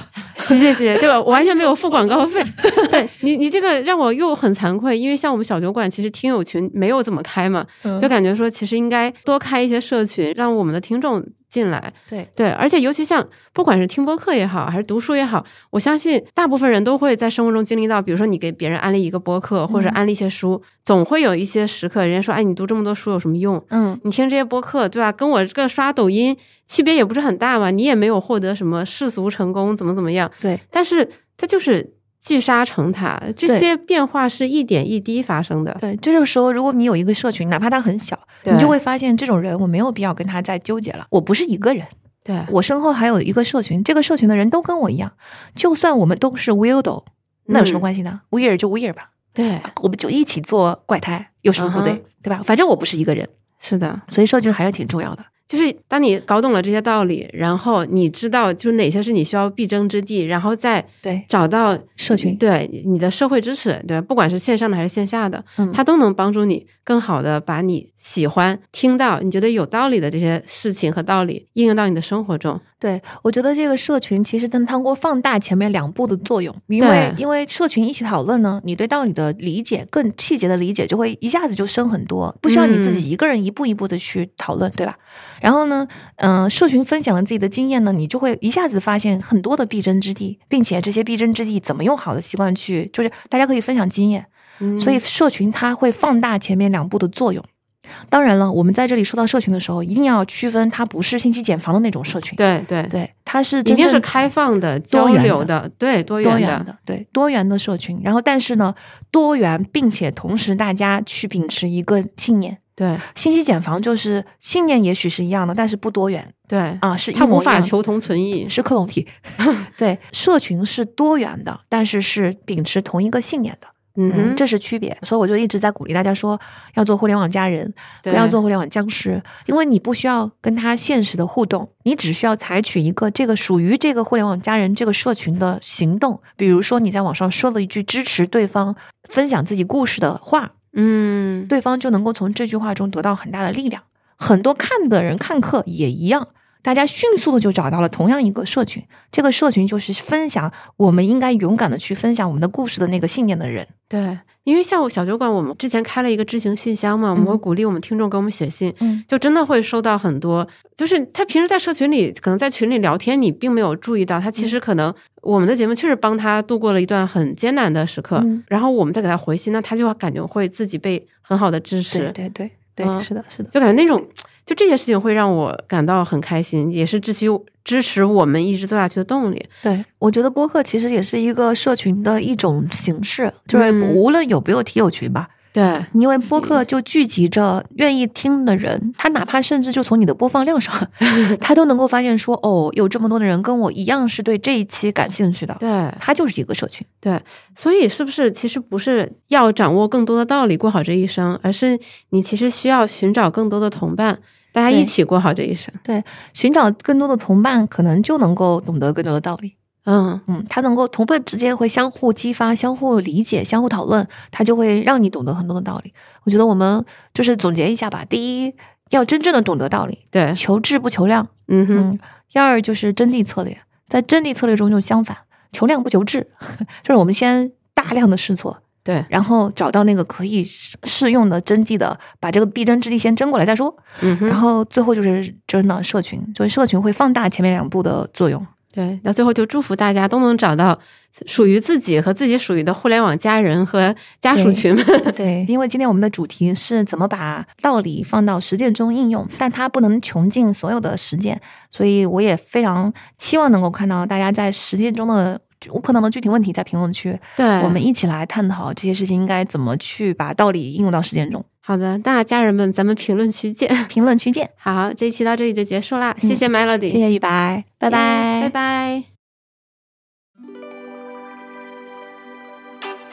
谢谢，这个我完全没有付广告费。对你这个让我又很惭愧，因为像我们小酒馆其实听友群没有怎么开嘛，就感觉说其实应该多开一些社群，让我们的听众进来。对，而且尤其像不管是听播客也好，还是读书也好，我相信大部分人都会在生活中经历到，比如说你给别人安利一个播客，或者安利一些书，总会有一些时刻，人家说，哎，你读这么多书有什么用？你听这些播客，对吧？跟我这个刷抖音区别也不是很大嘛，你也没有获得什么世俗成功，怎么样？ 对， 但是它就是聚沙成塔，这些变化是一点一滴发生的。 对，这个时候如果你有一个社群，哪怕它很小，你就会发现这种人我没有必要跟他再纠结了。我不是一个人， 对， 我身后还有一个社群，这个社群的人都跟我一样，就算我们都是 weirdo，那有什么关系呢？weird 就 weird 吧， 对， 我们就一起做怪胎，有什么不对？对吧？反正我不是一个人。 是的， 所以社群还是挺重要的。 就是当你搞懂了这些道理，然后你知道就是哪些是你需要必争之地，然后再找到社群， 对你的社会支持，对，不管是线上的还是线下的，它都能帮助你更好的把你喜欢听到你觉得有道理的这些事情和道理应用到你的生活中。 对，我觉得这个社群其实能通过放大前面2步的作用，因为社群一起讨论呢，你对道理的理解更细节的理解就会一下子就深很多，不需要你自己一个人一步一步的去讨论，对吧？然后呢社群分享了自己的经验呢，你就会一下子发现很多的必争之地，并且这些必争之地怎么用好的习惯去，就是大家可以分享经验，所以社群它会放大前面2步的作用。当然了，我们在这里说到社群的时候，一定要区分它不是信息茧房的那种社群， 对， 它是一定是开放的、交流的，对，多元的， 对，多元的社群。然后但是呢，多元并且同时大家去秉持一个信念。 对， 信息茧房就是信念也许是一样的，但是不多元。 对啊，是它无法求同存异， 是克隆体。对，社群是多元的，但是是秉持同一个信念的。这是区别。所以我就一直在鼓励大家说，要做互联网家人，不要做互联网僵尸，因为你不需要跟他现实的互动，你只需要采取一个这个属于这个互联网家人这个社群的行动。比如说你在网上说了一句支持对方分享自己故事的话，对方就能够从这句话中得到很大的力量。很多看的人看课也一样，大家迅速的就找到了同样一个社群，这个社群就是分享我们应该勇敢的去分享我们的故事的那个信念的人。 对，因为像我小酒馆，我们之前开了一个知行信箱嘛，我们会鼓励我们听众给我们写信，就真的会收到很多，就是他平时在社群里可能在群里聊天，你并没有注意到他其实可能我们的节目确实帮他度过了一段很艰难的时刻，然后我们再给他回信，那他就感觉会自己被很好的支持。 对，是的， 就感觉那种就这些事情会让我感到很开心，也是支持我们一直做下去的动力。 对，我觉得播客其实也是一个社群的一种形式，就是无论有没有听友群吧， 对， 因为播客就聚集着愿意听的人，他哪怕甚至就从你的播放量上他都能够发现说，哦，有这么多的人跟我一样是对这一期感兴趣的， 对， 他就是一个社群。 对，所以是不是其实不是要掌握更多的道理过好这一生，而是你其实需要寻找更多的同伴，大家一起过好这一生。 对，寻找更多的同伴，可能就能够懂得更多的道理。他能够同伴之间会相互激发、相互理解、相互讨论，他就会让你懂得很多的道理。我觉得我们就是总结一下吧：第一，要真正的懂得道理， 对， 求质不求量。第二就是真谛策略，在真谛策略中就相反，求量不求质，就是我们先大量的试错， 对， 然后找到那个可以适用的真谛的，把这个必争之地先争过来再说。然后最后就是真的社群，就是社群会放大前面2步的作用。 对，那最后就祝福大家都能找到属于自己和自己属于的互联网家人和家属群们。 对，因为今天我们的主题是怎么把道理放到实践中应用，但它不能穷尽所有的实践，所以我也非常期望能够看到大家在实践中的碰到的具体问题在评论区， 对， 我们一起来探讨这些事情应该怎么去把道理应用到实践中。 好的，那家人们，咱们评论区见。 评论区见。 好，这一期到这里就结束啦，谢谢 Melody， 谢谢雨白，拜拜， 拜拜。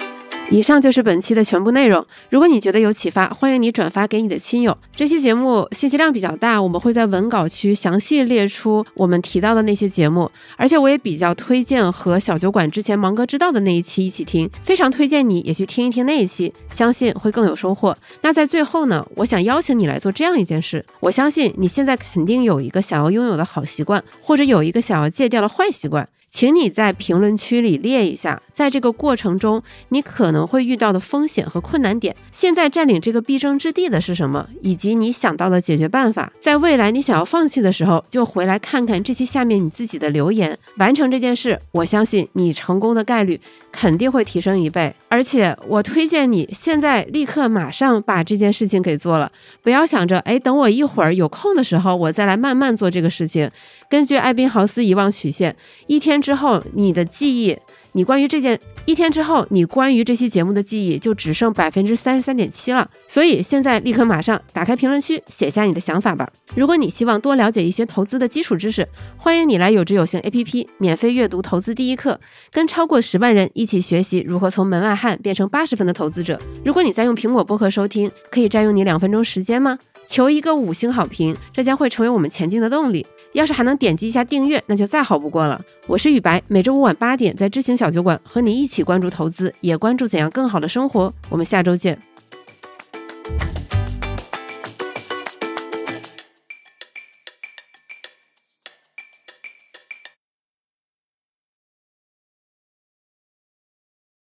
以上就是本期的全部内容。如果你觉得有启发，欢迎你转发给你的亲友。这期节目信息量比较大，我们会在文稿区详细列出我们提到的那些节目，而且我也比较推荐和小酒馆之前芒哥知道的那一期一起听，非常推荐你也去听一听那一期，相信会更有收获。那在最后呢，我想邀请你来做这样一件事，我相信你现在肯定有一个想要拥有的好习惯，或者有一个想要戒掉的坏习惯，请你在评论区里列一下，在这个过程中你可能会遇到的风险和困难点，现在占领这个必争之地的是什么，以及你想到的解决办法。在未来你想要放弃的时候，就回来看看这期下面你自己的留言，完成这件事，我相信你成功的概率肯定会提升1倍。而且我推荐你现在立刻马上把这件事情给做了，不要想着等我一会儿有空的时候我再来慢慢做这个事情。根据艾宾豪斯遗忘曲线，一天之后你的记忆，你关于这期节目的记忆就只剩 33.7% 了。所以现在立刻马上打开评论区写下你的想法吧。如果你希望多了解一些投资的基础知识，欢迎你来有知有行 APP 免费阅读投资第一课，跟超过10万人一起学习如何从门外汉变成80分的投资者。如果你在用苹果播客收听，可以占用你2分钟时间吗？求一个5星好评，这将会成为我们前进的动力。要是还能点击一下订阅，那就再好不过了。我是雨白，每周5晚8点在知行小酒馆和你一起关注投资，也关注怎样更好的生活。我们下周见。